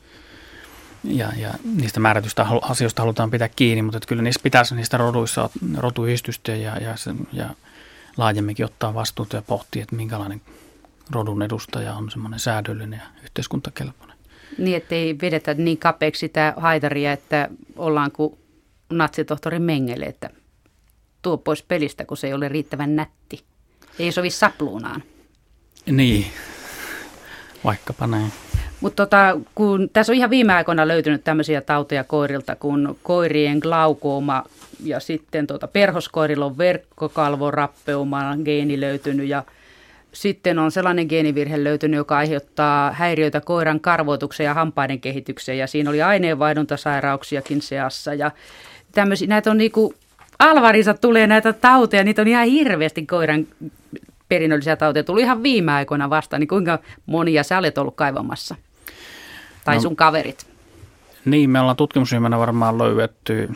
ja niistä määrätyistä asioista halutaan pitää kiinni, mutta kyllä niissä pitäisi niistä roduissa rotuyhdistystä ja laajemminkin ottaa vastuuta ja pohtia, että minkälainen rodun edustaja on semmoinen säädöllinen ja yhteiskuntakelpoinen. Niin, ettei vedetä niin kapeaksi sitä haitaria, että ollaan kuin natsitohtori Mengele, että tuo pois pelistä, kun se ei ole riittävän nätti. Ei sovi sapluunaan. Niin, vaikkapa näin. Mutta kun tässä on ihan viime aikoina löytynyt tämmöisiä tauteja koirilta, kun koirien glaukooma ja sitten perhoskoirilla on verkkokalvorappeuma geeni löytynyt ja sitten on sellainen geenivirhe löytynyt, joka aiheuttaa häiriöitä koiran karvoituksen ja hampaiden kehitykseen ja siinä oli aineenvaihduntasairauksiakin seassa ja tämmöisiä, näitä on niinku Alvarissa tulee näitä tauteja, niitä on ihan hirveästi koiran perinnöllisiä tauteja tuli ihan viime aikoina vastaan, niin kuinka monia sä olet ollut kaivamassa? Tai sun kaverit? Niin, me ollaan tutkimusryhmänä varmaan löydetty,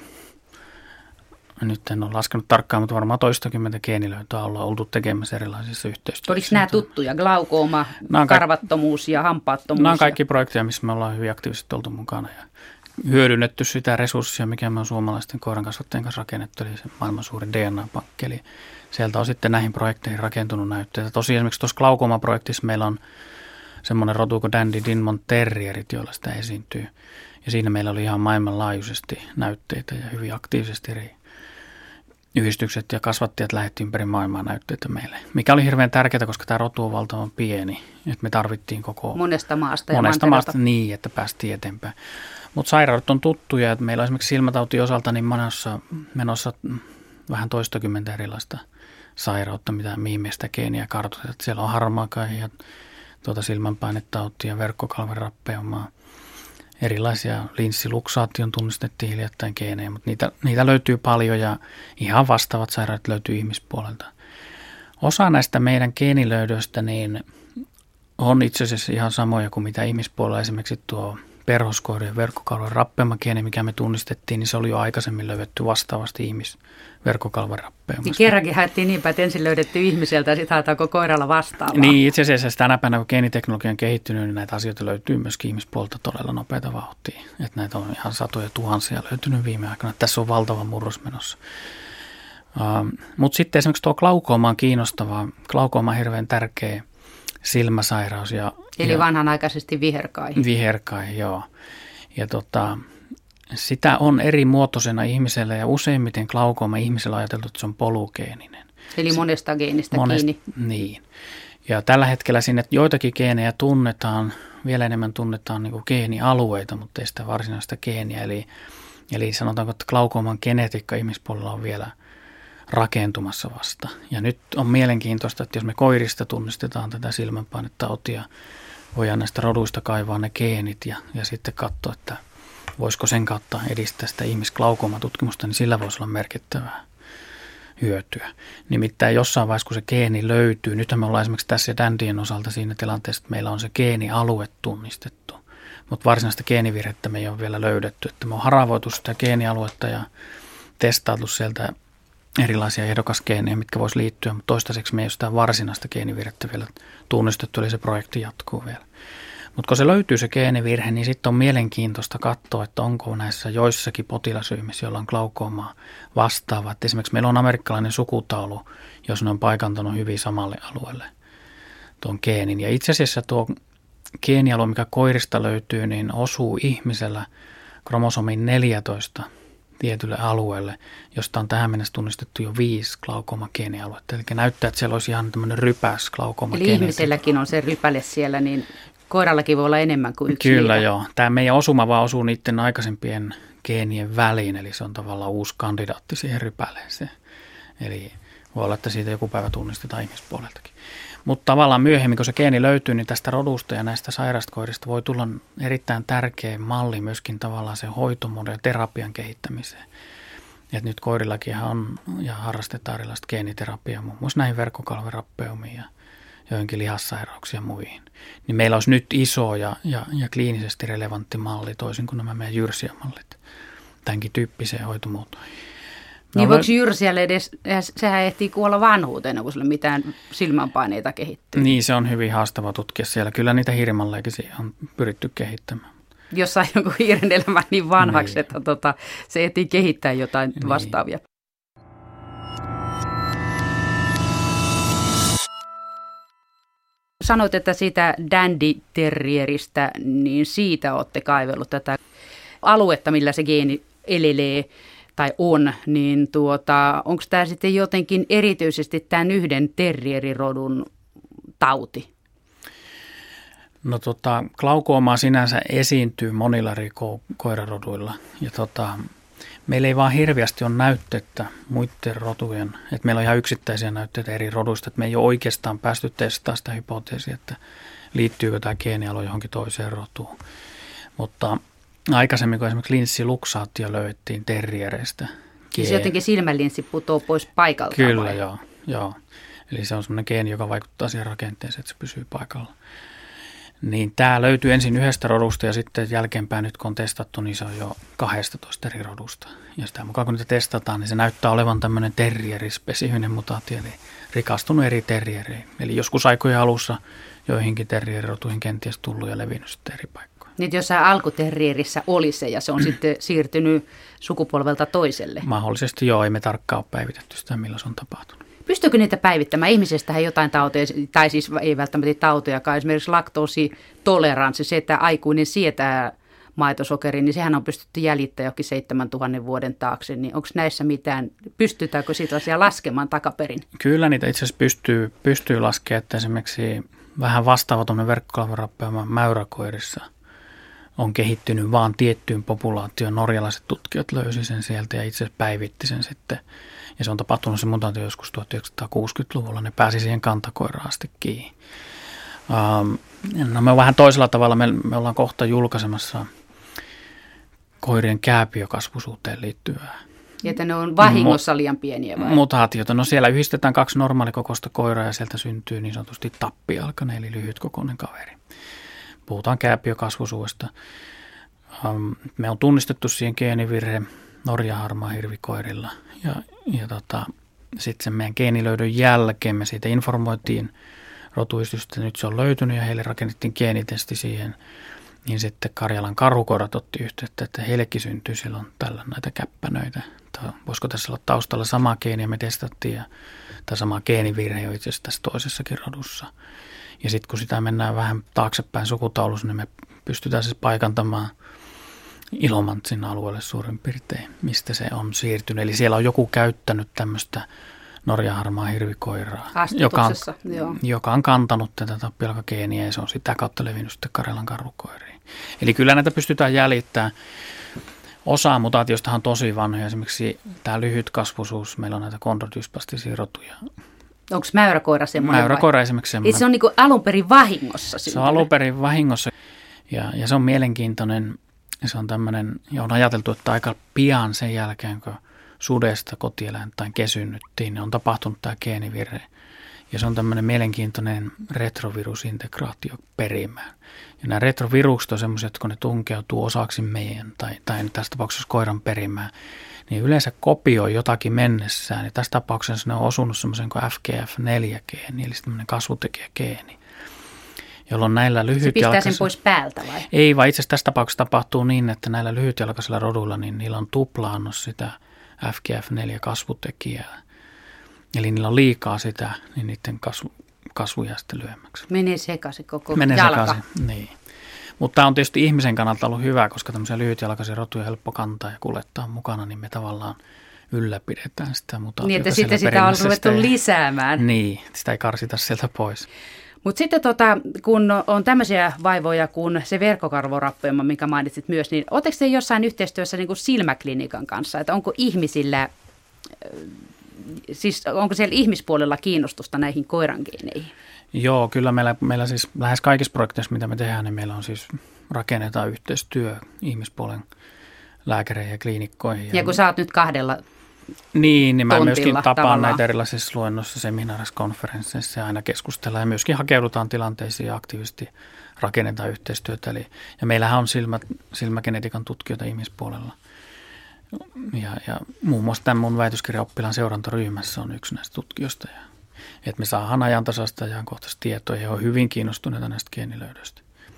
nyt en ole laskenut tarkkaan, mutta varmaan 20 geenilöintöä ollaan oltu tekemässä erilaisissa yhteistyössä. Oliko nämä tuttuja? Glaukooma, karvattomuus ja hampaattomuus? Nämä on kaikki projekteja, missä me ollaan hyvin aktiivisesti oltu mukana ja hyödynnetty sitä resurssia, mikä me on suomalaisten koirankasvattajien kanssa rakennettu, eli se maailman suurin DNA-pankki. Eli sieltä on sitten näihin projekteihin rakentunut näytteitä. Tosiaan esimerkiksi tuossa glaukooma-projektissa meillä on semmoinen rotu kuin Dandy Dinmont Terrierit, joilla sitä esiintyy. Ja siinä meillä oli ihan maailmanlaajuisesti näytteitä ja hyvin aktiivisesti eri yhdistykset ja kasvattajat lähetti ympäri maailmaa näytteitä meille. Mikä oli hirveän tärkeää, koska tämä rotu on valtavan pieni, että me tarvittiin koko monesta maasta niin, että päästiin eteenpäin. Mutta sairaudet on tuttuja, että meillä on esimerkiksi silmätautin osalta niin menossa vähän 20 erilaista sairautta, mihin me sitä geeniä kartoitetaan. Siellä on harmaakaihi ja silmänpainetautia, verkkokalvorappeuma, erilaisia linssiluksaation tunnistettiin hiljattain geenejä, mutta niitä löytyy paljon ja ihan vastaavat sairaudet löytyy ihmispuolelta. Osa näistä meidän geenilöydöistä niin on itse asiassa ihan samoja kuin mitä ihmispuolella esimerkiksi tuo perhoskoirien verkkokalvojen rappeamageeni, mikä me tunnistettiin, niin se oli jo aikaisemmin löydetty vastaavasti ihmisverkkokalvojen rappeamasta. Kerrankin haettiin niinpä, että ensin löydetty ihmiseltä ja sitten haetaanko koiralla vastaavaa. Niin, itse asiassa tänä päivänä, kun geeniteknologia on kehittynyt, niin näitä asioita löytyy myöskin ihmispuolta todella nopeita vauhtia. Että näitä on ihan satoja tuhansia löytynyt viime aikoina. Tässä on valtava murros menossa. Mutta sitten esimerkiksi tuo glaukooma on kiinnostavaa. Glaukooma on hirveän tärkeä silmäsairaus. Eli vanhanaikaisesti viherkai. Viherkai, joo. Ja sitä on eri muotoisena ihmisellä ja useimmiten glaukooma ihmisellä on ajateltu, että se on polygeeninen. Eli monesta geenistä kiinni. Niin. Ja tällä hetkellä sinne joitakin geenejä tunnetaan, vielä enemmän tunnetaan niin kuin geenialueita, mutta ei sitä varsinaista geeniä. Eli sanotaanko, että glaukooman genetiikka ihmispuolella on vielä rakentumassa vasta. Ja nyt on mielenkiintoista, että jos me koirista tunnistetaan tätä silmänpainetautia, voidaan näistä roduista kaivaa ne geenit ja sitten katsoa, että voisiko sen kautta edistää sitä ihmisglaukoomatutkimusta, niin sillä voisi olla merkittävää hyötyä. Nimittäin jossain vaiheessa, kun se geeni löytyy, nythän me ollaan esimerkiksi tässä Dandien osalta siinä tilanteessa, että meillä on se geenialue tunnistettu, mutta varsinaista geenivirhettä me ei ole vielä löydetty. Että me on haravoitu sitä geenialuetta ja testailtu sieltä erilaisia ehdokasgeenejä, mitkä voisi liittyä, mutta toistaiseksi me ei ole sitä varsinaista geenivirhettä vielä tunnistettu, eli se projekti jatkuu vielä. Mutta kun se löytyy se geenivirhe, niin sitten on mielenkiintoista katsoa, että onko näissä joissakin potilasryhmissä, joilla on glaukoomaa vastaava. Et esimerkiksi meillä on amerikkalainen sukutaulu, jos ne on paikantanut hyvin samalle alueelle tuon geenin. Ja itse asiassa tuo geenialue, mikä koirista löytyy, niin osuu ihmisellä kromosomin 14 tietylle alueelle, josta on tähän mennessä tunnistettu jo 5 glaukooma-geenialuetta. Eli näyttää, että siellä olisi ihan tämmöinen rypäs glaukooma-geeni. Eli ihmiselläkin on se rypäle siellä, niin koirallakin voi olla enemmän kuin yksi. Kyllä niitä. Joo. Tämä meidän osuma vaan osuu niiden aikaisempien geenien väliin, eli se on tavallaan uusi kandidaatti siihen rypäleeseen. Eli voi olla, että siitä joku päivä tunnistetaan ihmispuoleltakin. Mutta tavallaan myöhemmin, kun se geeni löytyy, niin tästä rodusta ja näistä sairaskoirista voi tulla erittäin tärkeä malli myöskin tavallaan se hoitomuodon ja terapian kehittämiseen. Et nyt koirillakin on ja harrastetaan erilaista geeniterapiaa, muun muassa näihin verkkokalvorappeumiin ja joihinkin lihassairauksiin ja muihin. Niin meillä olisi nyt iso ja kliinisesti relevantti malli toisin kuin nämä meidän jyrsiämallit tämänkin tyyppiseen hoitomuotoihin. Niin voiko jyrsijälle edes, sehän ehtii kuolla vanhuuteen, kun sulle mitään silmänpaineita kehittyy. Niin, se on hyvin haastava tutkia siellä. Kyllä niitä hiirimalleikin on pyritty kehittämään. Jos saa jonkun hiiren elämän niin vanhaksi, että se ehtii kehittää jotain vastaavia. Sanoit, että siitä Dandy Terrieristä, niin siitä olette kaivellut tätä aluetta, millä se geeni elelee tai on, niin onko tämä sitten jotenkin erityisesti tämän yhden terrierirodun tauti? No glaukoomaa sinänsä esiintyy monilla eri koiraroduilla ja meillä ei vaan hirveästi ole näyttettä muiden rotujen, että meillä on ihan yksittäisiä näytteitä eri roduista, että me ei ole oikeastaan päästy testaamaan sitä hypoteesia, että liittyykö tämä geenialue johonkin toiseen rotuun. Mutta aikaisemmin, kun esimerkiksi linssiluxaatio löydettiin terriereistä. Siis jotenkin silmälinssi putoo pois paikalta. Kyllä, joo. Eli se on semmoinen geeni, joka vaikuttaa siihen rakenteeseen, että se pysyy paikalla. Niin tämä löytyy ensin yhdestä rodusta ja sitten jälkeenpäin nyt kun on testattu, niin se on jo 12 eri rodusta. Ja sitä mukaan kun niitä testataan, niin se näyttää olevan tämmöinen terrierispesifinen mutaatio, eli rikastunut eri terriereihin. Eli joskus aikojen alussa joihinkin terrierirotuihin kenties tullut ja levinnyt sitten eri paikkoihin. Niin jossain alkuterrierissä oli se ja se on sitten siirtynyt sukupolvelta toiselle. Mahdollisesti joo, ei me tarkkaan ole päivitetty sitä, milloin se on tapahtunut. Pystyykö niitä päivittämään? Ihmisestähän jotain tauteja, tai siis ei välttämättä tautejakaan, esimerkiksi laktoositoleranssi, se, että aikuinen sietää maitosokerin, niin sehän on pystytty jäljittämään jokin 7000 vuoden taakse. Niin onko näissä mitään, pystytäänkö siitä asiaa laskemaan takaperin? Kyllä niitä itse asiassa pystyy laskemaan, että esimerkiksi vähän vastaava tuommoinen verkkokalvorappeuma mäyräkoirissa on kehittynyt vaan tiettyyn populaatioon. Norjalaiset tutkijat löysi sen sieltä ja itse asiassa päivitti sen sitten. Ja se on tapahtunut se mutaatio joskus 1960-luvulla. Ne pääsi siihen kantakoiraan asti kiinni. No me on vähän toisella tavalla. Me ollaan kohta julkaisemassa koirien kääpiökasvusuuteen liittyvää. Että ne on vahingossa liian pieniä vai? Mutaatiota. No siellä yhdistetään 2 normaalikokoista koiraa ja sieltä syntyy niin sanotusti tappialkainen eli lyhytkokoinen kaveri. Puhutaan kääpiökasvusuudesta. Me on tunnistettu siihen geenivirhe Norjan harmaahirvikoirilla ja sitten sen meidän geenilöydön jälkeen me siitä informoitiin rotuyhdistystä, että nyt se on löytynyt ja heille rakennettiin geenitesti siihen. Niin sitten Karjalan karhukoirat otti yhteyttä, että heillekin syntyy silloin tällä näitä käppänöitä. Voisiko tässä olla taustalla sama geeni ja me testattiin ja tämä sama geenivirhe on itse asiassa tässä toisessakin rodussa. Ja sitten kun sitä mennään vähän taaksepäin sukutaulussa, niin me pystytään siis paikantamaan Ilomantsin alueelle suurin piirtein, mistä se on siirtynyt. Eli siellä on joku käyttänyt tämmöistä Norjan harmaahirvikoiraa, joka on kantanut tätä tappijalkageeniä ja se on sitä kautta levinnyt sitten Karjalan karhukoiriin. Eli kyllä näitä pystytään jäljittämään. Osa mutaatiostahan on tosi vanhoja, esimerkiksi tämä lyhytkasvuisuus, meillä on näitä kondrodyspastisia rotuja. Onko mäyräkoira semmoinen? Mäyräkoira esimerkiksi semmoinen. Se on niin kuin alun perin vahingossa syntynyt. Se on alun perin vahingossa ja se on mielenkiintoinen. Se on tämmöinen, ja on ajateltu, että aika pian sen jälkeen, kun sudesta kotieläintä kesynnyttiin, niin on tapahtunut tämä geenivirhe. Ja se on tämmöinen mielenkiintoinen retrovirusintegraatio perimään. Ja nämä retrovirukset on semmoisia, että kun ne tunkeutuu osaksi meidän, tai tässä tapauksessa koiran perimään, niin yleensä kopioi jotakin mennessään. Ja tässä tapauksessa ne on osunut semmoisen kuin FGF4-geeni, eli tämmöinen kasvutekijägeeni. Jolloin näillä lyhytjalkaisilla... Se pistää sen pois päältä vai? Ei, vaan itse asiassa tässä tapauksessa tapahtuu niin, että näillä lyhytjalkaisilla roduilla, niin niillä on tuplaannos sitä FGF4-kasvutekijää. Eli niillä on liikaa sitä, niin niiden kasvu jää sitten lyhyemmäksi. Menee sekaisin koko jalka. Sekaisin, niin. Mutta tämä on tietysti ihmisen kannalta ollut hyvä, koska tämmöisiä lyhytjalkaisia rotuja on helppo kantaa ja kuljettaa mukana, niin me tavallaan ylläpidetään sitä mutaatiota. Niin, että sitten sitä on ruvettu lisäämään. Niin, sitä ei karsita sieltä pois. Mutta sitten kun on tämmöisiä vaivoja kuin se verkkokarvorappeuma, minkä mainitsit myös, niin oletteko te jossain yhteistyössä niin kuin silmäklinikan kanssa, että onko ihmisillä, siis onko siellä ihmispuolella kiinnostusta näihin koiran geeneihin? Joo, kyllä meillä siis lähes kaikissa projekteissa, mitä me tehdään, niin meillä on siis rakennetaan yhteistyö ihmispuolen lääkäreihin ja kliinikkoihin. Ja kun sä oot nyt kahdella niin mä myöskin tapaan tavallaan näitä erilaisissa luennoissa, seminaarissa, konferensseissa ja aina keskustellaan ja myöskin hakeudutaan tilanteisiin ja aktiivisesti rakennetaan yhteistyötä. Ja meillähän on silmägenetiikan tutkijoita ihmispuolella. Ja muun muassa tämän mun väitöskirjaoppilaan seurantaryhmässä on yksi näistä tutkijoista. Että me saadaan ajantasaista ja ajankohtaista tietoa ja he on hyvin kiinnostuneita näistä geenilöydöistä.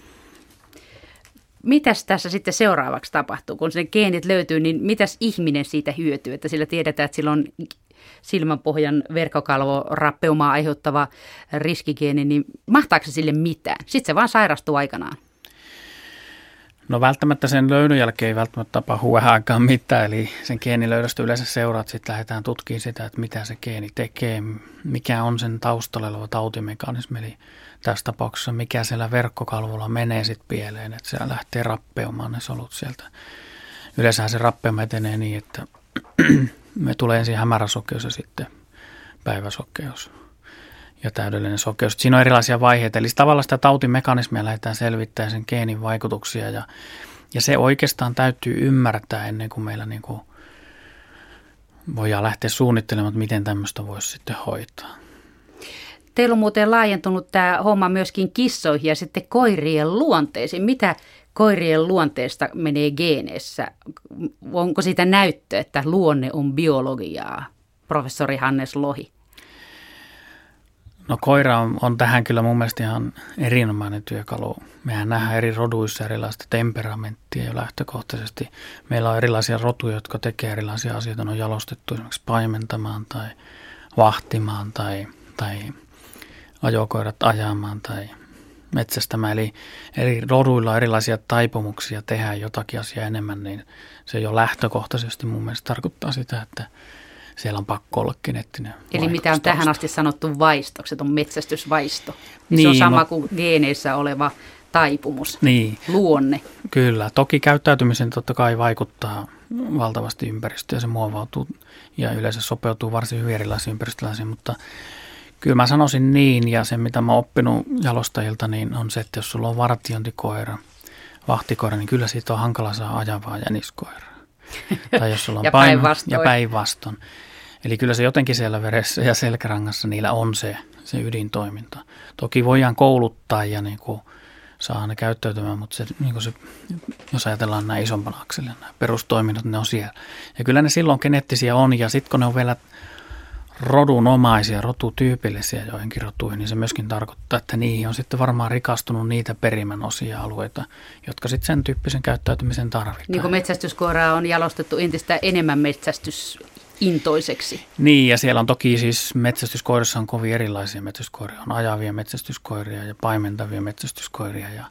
Mitäs tässä sitten seuraavaksi tapahtuu? Kun ne geenit löytyy, niin mitäs ihminen siitä hyötyy? Että sillä tiedetään, että sillä on silmänpohjan verkkokalvorapeumaa aiheuttava riskigeeni, niin mahtaako se sille mitään? Sitten se vaan sairastuu aikanaan. No välttämättä sen löydön jälkeen ei välttämättä tapahdu vähän aikaan mitään, eli sen geenilöydöstä yleensä seuraat, sitten lähdetään tutkimaan sitä, että mitä se geeni tekee, mikä on sen taustalla oleva tautimekanismi, eli tässä tapauksessa mikä siellä verkkokalvolla menee sitten pieleen, että se lähtee rappeumaan ne solut sieltä. Yleensähän se rappeuma etenee niin, että me tulee ensin hämäräsokeus ja sitten päiväsokeus ja täydellinen sokeus. Siinä on erilaisia vaiheita, eli tavallaan sitä tautimekanismia lähdetään selvittämään sen geenin vaikutuksia ja se oikeastaan täytyy ymmärtää ennen kuin meillä niin kuin voidaan lähteä suunnittelemaan, että miten tämmöistä voisi sitten hoitaa. Teillä on muuten laajentunut tämä homma myöskin kissoihin ja sitten koirien luonteisiin. Mitä koirien luonteesta menee geeneissä? Onko siitä näyttöä, että luonne on biologiaa, professori Hannes Lohi? No koira on tähän kyllä mun mielestä ihan erinomainen työkalu. Mehän nähdään eri roduissa erilaista temperamenttia jo lähtökohtaisesti. Meillä on erilaisia rotuja, jotka tekee erilaisia asioita. Ne on jalostettu esimerkiksi paimentamaan tai vahtimaan tai ajokoirat ajamaan tai metsästämään. Eli eri roduilla on erilaisia taipumuksia tehdä jotakin asiaa enemmän, niin se jo lähtökohtaisesti mun mielestä tarkoittaa sitä, että siellä on pakko olla geneettinen. Eli mitä on tähän asti sanottu vaistokset, on metsästysvaisto. Niin, se on sama kuin geeneissä oleva taipumus, luonne. Kyllä, toki käyttäytymisen totta kai vaikuttaa valtavasti ympäristöön ja se muovautuu ja yleensä sopeutuu varsin hyvin erilaisiin ympäristöläisiin, mutta kyllä mä sanoisin niin, ja se mitä mä oon oppinut jalostajilta, niin on se, että jos sulla on vartiointikoira, vahtikoira, niin kyllä siitä on hankala saa ajavaa jäniskoiraa. Tai jos sulla on ja päinvastoin. Eli kyllä se jotenkin siellä veressä ja selkärangassa niillä on se ydintoiminta. Toki voidaan kouluttaa ja niin kuin saa ne käyttäytymään, mutta se, niin se, jos ajatellaan nämä isompana akselina, nämä perustoiminnot, ne on siellä. Ja kyllä ne silloin geneettisiä on, ja sitten kun ne on vielä rodunomaisia, rotutyypillisiä joihinkin rotuihin, niin se myöskin tarkoittaa, että niihin on sitten varmaan rikastunut niitä perimän osia alueita, jotka sitten sen tyyppisen käyttäytymisen tarvitaan. Niin kuin metsästyskoiraa on jalostettu entistä enemmän metsästysintoiseksi. Niin, ja siellä on toki siis metsästyskoirissa on kovin erilaisia metsästyskoiria. On ajavia metsästyskoiria ja paimentavia metsästyskoiria ja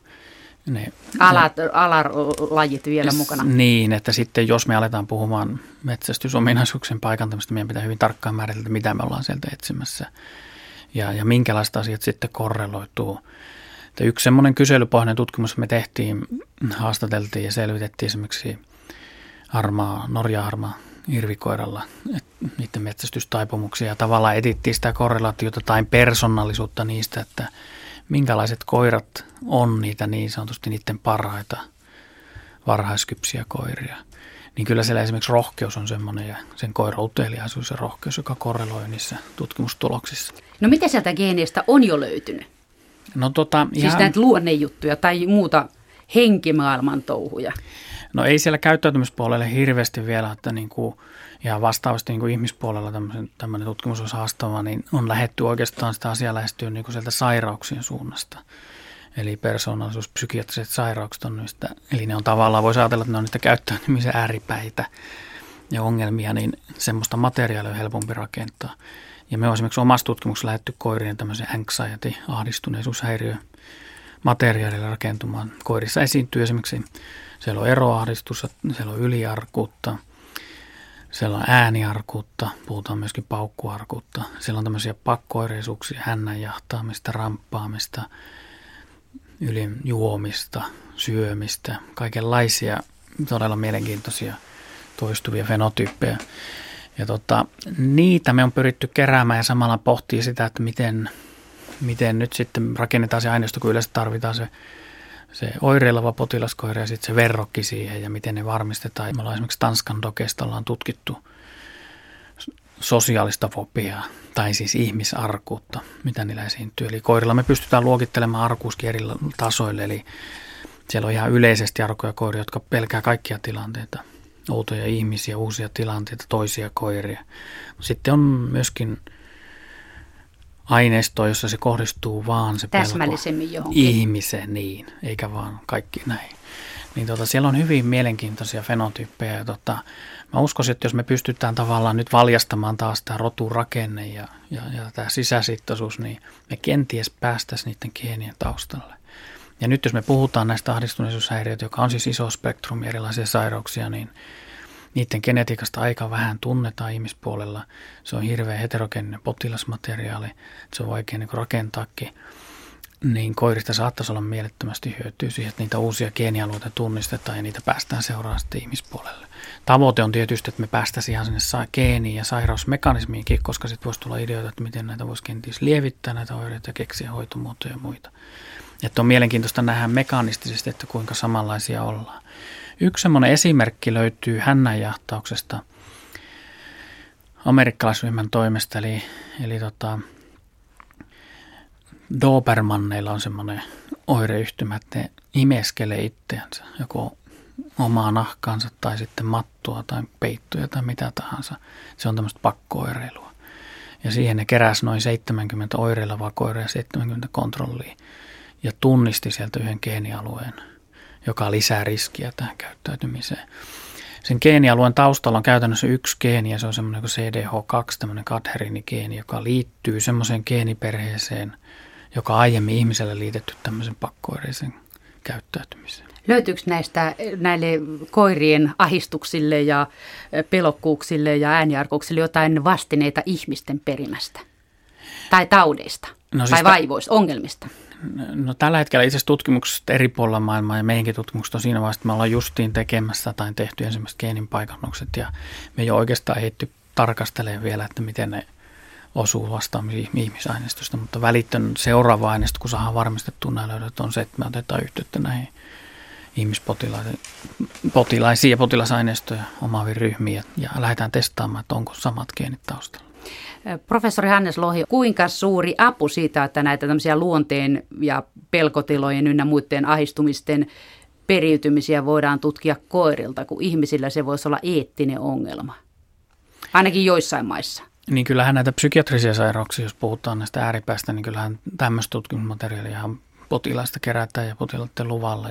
alalajit vielä mukana. Niin, että sitten jos me aletaan puhumaan metsästysominaisuuksien paikantamista, meidän pitää hyvin tarkkaan määritellä, mitä me ollaan sieltä etsimässä ja minkälaiset asiat sitten korreloituu. Että yksi semmoinen kyselypohjainen tutkimus me tehtiin, haastateltiin ja selvitettiin esimerkiksi Norja-harmaa irvikoiralla, niiden metsästystaipumuksia ja tavallaan etittiin sitä korrelaatiota tai persoonallisuutta niistä, että minkälaiset koirat on niitä niin sanotusti niiden parhaita varhaiskypsiä koiria. Niin kyllä siellä esimerkiksi rohkeus on semmoinen ja sen koiran uteliaisuus ja rohkeus, joka korreloi niissä tutkimustuloksissa. No mitä sieltä geeneistä on jo löytynyt? No siis näitä luonnejuttuja tai muuta henkimaailman touhuja? No ei siellä käyttäytymispuolelle hirveästi vielä, että niin kuin, ja vastaavasti niin kuin ihmispuolella tämmöinen tutkimus olisi haastava, niin on lähdetty oikeastaan sitä asiaa lähestyä niin kuin sieltä sairauksien suunnasta. Eli persoonallisuus, psykiatriset sairaukset on niistä, eli ne on tavallaan, voisi ajatella, että ne on niitä käyttäytymisen ääripäitä ja ongelmia, niin semmoista materiaalia on helpompi rakentaa. Ja me on esimerkiksi omassa tutkimuksessa lähdetty koirien tämmöisen anxiety, ahdistuneisuushäiriö materiaalilla rakentumaan. Koirissa esiintyy esimerkiksi, siellä on eroahdistusta, siellä on yliarkuutta, siellä on ääniarkuutta, puhutaan myöskin paukkuarkuutta. Siellä on tämmöisiä pakkoireisuuksia, hännänjahtaamista, ramppaamista, ylijuomista, syömistä, kaikenlaisia todella mielenkiintoisia toistuvia fenotyyppejä. Ja niitä me on pyritty keräämään ja samalla pohtii sitä, että miten nyt sitten rakennetaan se aineisto, kun yleensä tarvitaan se oireileva potilaskoira ja sitten se verrokki siihen ja miten ne varmistetaan. Me ollaan esimerkiksi Tanskan dokeista ollaan tutkittu sosiaalista fobiaa tai siis ihmisarkuutta, mitä niillä esiintyy. Eli koirilla me pystytään luokittelemaan arkuuskin eri tasoille, eli siellä on ihan yleisesti arkoja koiria, jotka pelkää kaikkia tilanteita, outoja ihmisiä, uusia tilanteita, toisia koiria. Sitten on myöskin aineistoa, jossa se kohdistuu vaan se täsmällisemmin johonkin ihmiseen, niin, eikä vaan kaikki näin. Niin siellä on hyvin mielenkiintoisia fenotyyppejä. Ja mä uskoisin, että jos me pystytään tavallaan nyt valjastamaan taas tämä roturakenne ja tämä sisäsittaisuus, niin me kenties päästäisiin niiden geenien taustalle. Ja nyt jos me puhutaan näistä ahdistuneisuushäiriöitä, joka on siis iso spektrumi erilaisia sairauksia, niin niiden genetiikasta aika vähän tunnetaan ihmispuolella. Se on hirveän heterogeeninen potilasmateriaali, se on vaikea niin rakentaakin. Niin koirista saattaisi olla mielettömästi hyötyä siihen, että niitä uusia geenialueita tunnistetaan ja niitä päästään seuraamaan sitten ihmispuolelle. Tavoite on tietysti, että me päästäisiin ihan sinne geeniin ja sairausmekanismiinkin, koska sitten voisi tulla ideoita, että miten näitä voisi kenties lievittää näitä oireita ja keksiä hoitomuotoja ja muita. Että on mielenkiintoista nähdä mekaanistisesti, että kuinka samanlaisia ollaan. Yksi semmoinen esimerkki löytyy hännänjahtauksesta amerikkalaisryhmän toimesta, eli Dobermanneilla on semmoinen oireyhtymä, että ne imeskelee itseänsä, joko omaa nahkaansa tai sitten mattua tai peittoja tai mitä tahansa. Se on tämmöistä pakko-oireilua. Ja siihen ne keräsi noin 70 oireilevaa koiraa ja 70 kontrollia ja tunnisti sieltä yhden geenialueen, joka lisää riskiä tähän käyttäytymiseen. Sen geenialueen taustalla on käytännössä yksi geeni ja se on semmoinen kuin CDH2, tämmöinen Cadherini-geeni, joka liittyy semmoiseen geeniperheeseen, joka aiemmin ihmiselle liitetty tämmöisen pakko-oireisen käyttäytymiseen. Löytyykö näille koirien ahdistuksille ja pelokkuuksille ja ääniarkuuksille jotain vastineita ihmisten perimästä? Tai taudeista? Tai vaivoista, ongelmista? No tällä hetkellä itse asiassa tutkimukset eri puolilla maailmaa ja meidänkin tutkimukset on siinä vaiheessa, että me ollaan justiin tekemässä tai tehty ensimmäiset geeninpaikannukset ja me ei ole oikeastaan ehditty tarkastelemaan vielä, että miten ne osuu vastaamisiin ihmisaineistosta, mutta välittön seuraava aineisto, kun saadaan varmistettua nämä löydöt, on se, että me otetaan yhteyttä näihin ihmispotilaisiin ja potilasaineistoja omaaviin ryhmiin ja lähdetään testaamaan, että onko samat geenit taustalla. Professori Hannes Lohi, kuinka suuri apu siitä, että näitä tämmöisiä luonteen ja pelkotilojen ynnä muiden ahdistumisten periytymisiä voidaan tutkia koirilta, kun ihmisillä se voisi olla eettinen ongelma, ainakin joissain maissa? Niin kyllähän näitä psykiatrisia sairauksia, jos puhutaan näistä ääripäästä, niin kyllähän tämmöistä tutkimusmateriaalia potilaista kerätään ja potilaiden luvalla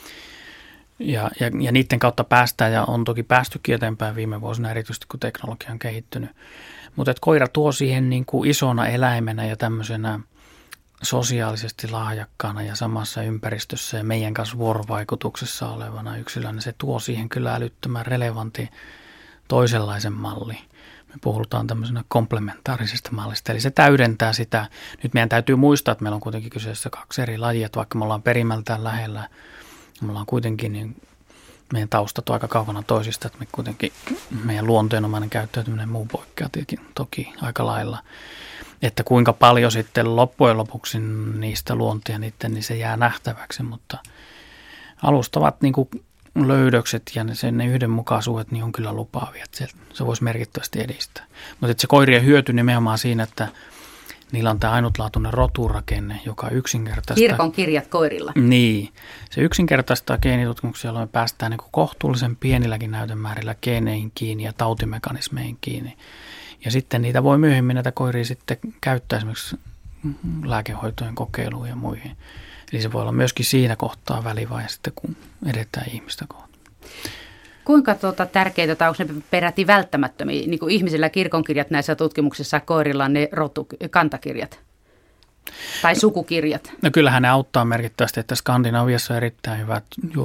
ja niiden kautta päästään ja on toki päästykin eteenpäin viime vuosina, erityisesti kun teknologia on kehittynyt. Mutta koira tuo siihen niin kuin isona eläimenä ja tämmöisenä sosiaalisesti lahjakkaana ja samassa ympäristössä ja meidän kanssa vuorovaikutuksessa olevana yksilönä, se tuo siihen kyllä älyttömän relevantin toisenlaisen malli. Me puhutaan tämmöisenä komplementaarisesta mallista, eli se täydentää sitä. Nyt meidän täytyy muistaa, että meillä on kuitenkin kyseessä kaksi eri lajia, että vaikka me ollaan perimältään lähellä, me ollaan kuitenkin, niin meidän taustat on aika kaukana toisista, että me kuitenkin meidän luonteenomainen käyttäytyminen muu poikkeaa toki aika lailla. Että kuinka paljon sitten loppujen lopuksi niistä luontia niiden, niin se jää nähtäväksi, mutta alustavat niin kuin löydökset ja ne yhdenmukaisuudet niin on kyllä lupaavia, että se voisi merkittävästi edistää. Mutta se koirien hyöty nimenomaan siinä, että niillä on tämä ainutlaatuinen roturakenne, joka yksinkertaistaa. Kirkon kirjat koirilla. Niin. Se yksinkertaistaa geenitutkimuksia, jolloin me päästään niin kuin kohtuullisen pienilläkin näytemäärillä geeneihin kiinni ja tautimekanismeihin kiinni. Ja sitten niitä voi myöhemmin näitä koiria sitten käyttää esimerkiksi lääkehoitojen kokeiluun ja muihin. Eli se voi olla myöskin siinä kohtaa välivaihe sitten, kun edetään ihmistä kohtaan. Kuinka tärkeitä tai onko ne peräti välttämättömiä, niin kuin ihmisillä kirkonkirjat näissä tutkimuksissa, koirilla on ne kantakirjat tai sukukirjat? No kyllähän ne auttaa merkittävästi, että Skandinaviassa on erittäin hyvät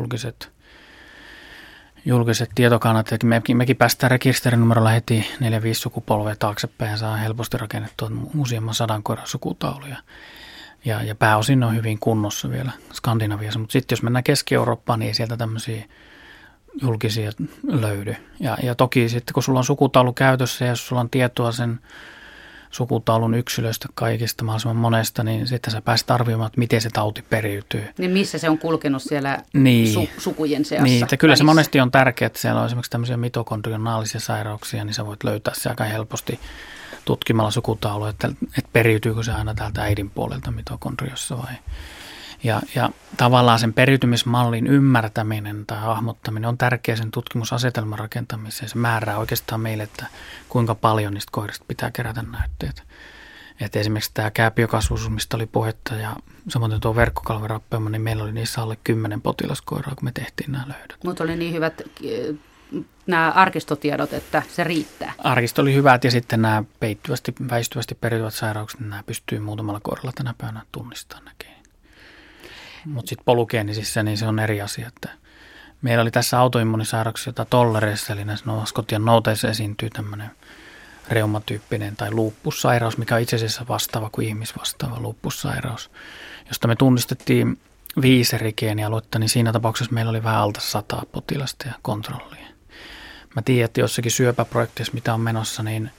julkiset tietokannat. Mekin päästään rekisterinumerolla heti 4-5 sukupolvea taaksepäin ja saa helposti rakennettua useamman 100 koiran sukutauluja. Ja pääosin on hyvin kunnossa vielä Skandinaviassa, mutta sitten jos mennään Keski-Eurooppaan, niin ei sieltä tämmöisiä julkisia löydy. Ja toki sitten kun sulla on sukutaulu käytössä ja jos sulla on tietoa sen sukutaulun yksilöistä kaikista mahdollisimman monesta, niin sitten sä pääset arvioimaan, että miten se tauti periytyy. Niin missä se on kulkenut siellä sukujen seassa? Niin, että kyllä se monesti on tärkeää, että siellä on esimerkiksi tämmöisiä mitokondrionaalisia sairauksia, niin sä voit löytää se aika helposti tutkimalla sukutaulua, että periytyykö se aina täältä äidin puolelta mitokondriossa vai. Ja tavallaan sen periytymismallin ymmärtäminen tai hahmottaminen on tärkeä sen tutkimusasetelman rakentamiseen. Se määrää oikeastaan meille, että kuinka paljon niistä koirista pitää kerätä näytteitä. Että esimerkiksi tämä kääpiökasvuisuus, mistä oli puhetta ja samoin tuo verkkokalvorappeuma, niin meillä oli niissä alle 10 potilaskoiraa, kun me tehtiin nämä löydöt. Mutta oli niin hyvät nämä arkistotiedot, että se riittää. Arkisto oli hyvät ja sitten nämä väistyvästi periytyvät sairaukset, niin nämä pystyy muutamalla koiralla tänä päivänä tunnistamaan näkeen. Mutta sitten polygeenisissä, niin se on eri asia. Että meillä oli tässä autoimmunisairauksia, jota tollereissa, eli näissä Scotian nouteissa esiintyy tämmöinen reumatyyppinen tai luuppussairaus, mikä on itse asiassa vastaava kuin ihmisvastaava luuppussairaus, josta me tunnistettiin 5 eri geenialuetta, niin siinä tapauksessa meillä oli vähän alta 100 potilasta ja kontrollia. Mä tiedän, että jossakin syöpäprojekteissa, mitä on menossa,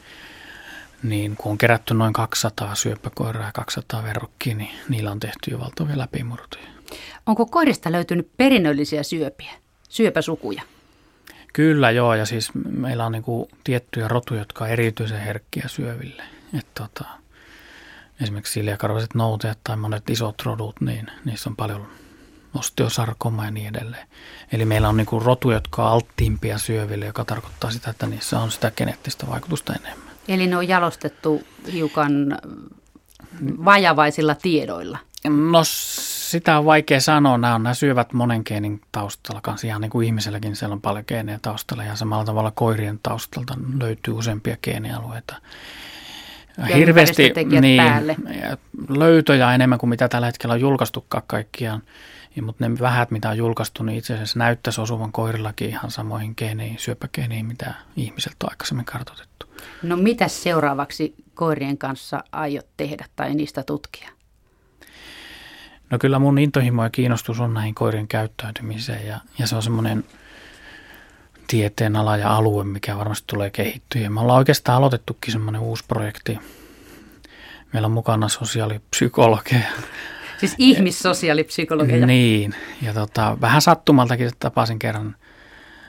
niin kun on kerätty noin 200 syöpäkoiraa ja 200 verrokkia, niin niillä on tehty jo valtavia läpimurtoja. Onko koirista löytynyt perinnöllisiä syöpäsukuja? Kyllä joo, ja siis meillä on niinku tiettyjä rotuja, jotka on erityisen herkkiä syöville. Esimerkiksi siliakarvaiset noutajat tai monet isot rodut, niin niissä on paljon osteosarkoma ja niin edelleen. Eli meillä on niinku rotuja, jotka on alttiimpia syöville, joka tarkoittaa sitä, että niissä on sitä geneettistä vaikutusta enemmän. Eli ne on jalostettu hiukan vajavaisilla tiedoilla? No sitä on vaikea sanoa. Nämä syövät monen geenin taustalla kanssa. Ihan niin kuin ihmiselläkin siellä on paljon geenejä taustalla ja samalla tavalla koirien taustalta löytyy useampia geenialueita. Hirveästi löytöjä enemmän kuin mitä tällä hetkellä on julkaistukaan kaikkiaan. Mutta ne vähät, mitä on julkaistu, niin itse asiassa näyttäisi osuvan koirillakin ihan samoihin geeneihin, syöpägeeneihin, mitä ihmiseltä on aikaisemmin kartoitettu. No mitä seuraavaksi koirien kanssa aiot tehdä tai niistä tutkia? No kyllä mun intohimo ja kiinnostus on näihin koirien käyttäytymiseen ja se on semmoinen tieteen ala ja alue, mikä varmasti tulee kehittyä. Ja me ollaan oikeastaan aloitettukin semmoinen uusi projekti. Meillä on mukana sosiaalipsykologeja. Siis ihmissosiaalipsykologeja. Niin, ja vähän sattumaltakin tapasin kerran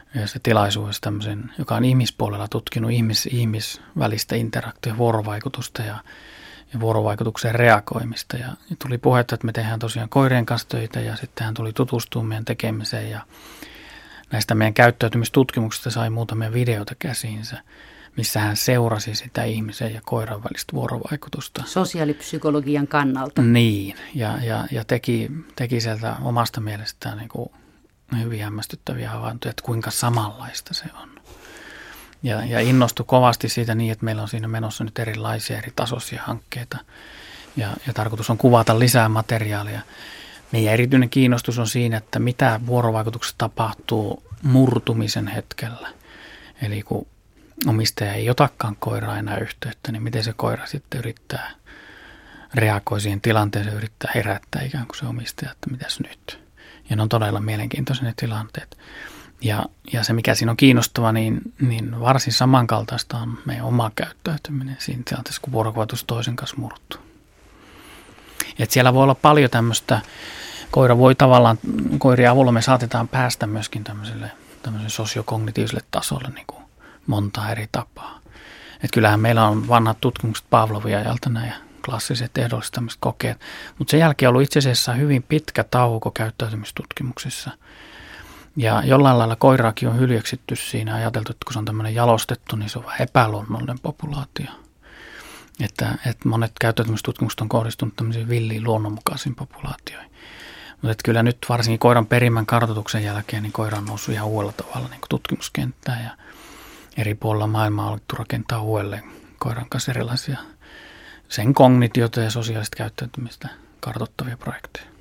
yhdessä tilaisuudessa tämmöisen, joka on ihmispuolella tutkinut ihmisvälistä interaktiota, vuorovaikutusta ja vuorovaikutukseen reagoimista. Ja tuli puhetta, että me tehdään tosiaan koirien kanssa töitä ja sitten hän tuli tutustumaan meidän tekemiseen ja näistä meidän käyttäytymistutkimuksista sai muutamia videoita käsiinsä, missä hän seurasi sitä ihmisen ja koiran välistä vuorovaikutusta. Sosiaalipsykologian kannalta. Niin, ja teki sieltä omasta mielestään niin kuin hyvin hämmästyttäviä havaintoja, että kuinka samanlaista se on. Ja innostui kovasti siitä niin, että meillä on siinä menossa nyt erilaisia eri tasoisia hankkeita ja tarkoitus on kuvata lisää materiaalia. Meidän erityinen kiinnostus on siinä, että mitä vuorovaikutuksessa tapahtuu murtumisen hetkellä. Eli kun omistaja ei otakaan koiraa enää yhteyttä, niin miten se koira sitten yrittää reagoi siihen tilanteeseen, yrittää herättää ikään kuin se omistaja, että mitäs nyt. Ja ne on todella mielenkiintoisia ne tilanteet. Ja se, mikä siinä on kiinnostava, niin varsin samankaltaista on meidän oma käyttäytyminen siinä tilanteessa, kun vuorovaikutus toisen kanssa murtuu. Et siellä voi olla paljon tämmöistä, koirien avulla me saatetaan päästä myöskin tämmöiselle sosiokognitiiviselle tasolle niin kuin monta eri tapaa. Et kyllähän meillä on vanhat tutkimukset Pavlovin ajalta nämä klassiset ehdollistamiset kokeet, mutta sen jälkeen on ollut itse asiassa hyvin pitkä tauko käyttäytymistutkimuksissa. Ja jollain lailla koiraakin on hyljeksitty siinä, ajateltu, että kun se on tämmöinen jalostettu, niin se on vähän epäluonnollinen populaatio. Että monet käyttäytymistutkimukset on kohdistunut tämmöisiin villiin luonnonmukaisiin populaatioihin. Mutta kyllä nyt varsinkin koiran perimän kartoituksen jälkeen, niin koira on noussut ihan uudella tavalla niin kuin tutkimuskenttään. Ja eri puolilla maailmaa on alettu rakentaa uudelleen koiran kanssa erilaisia sen kognitiota ja sosiaalista käyttäytymistä kartoittavia projekteja.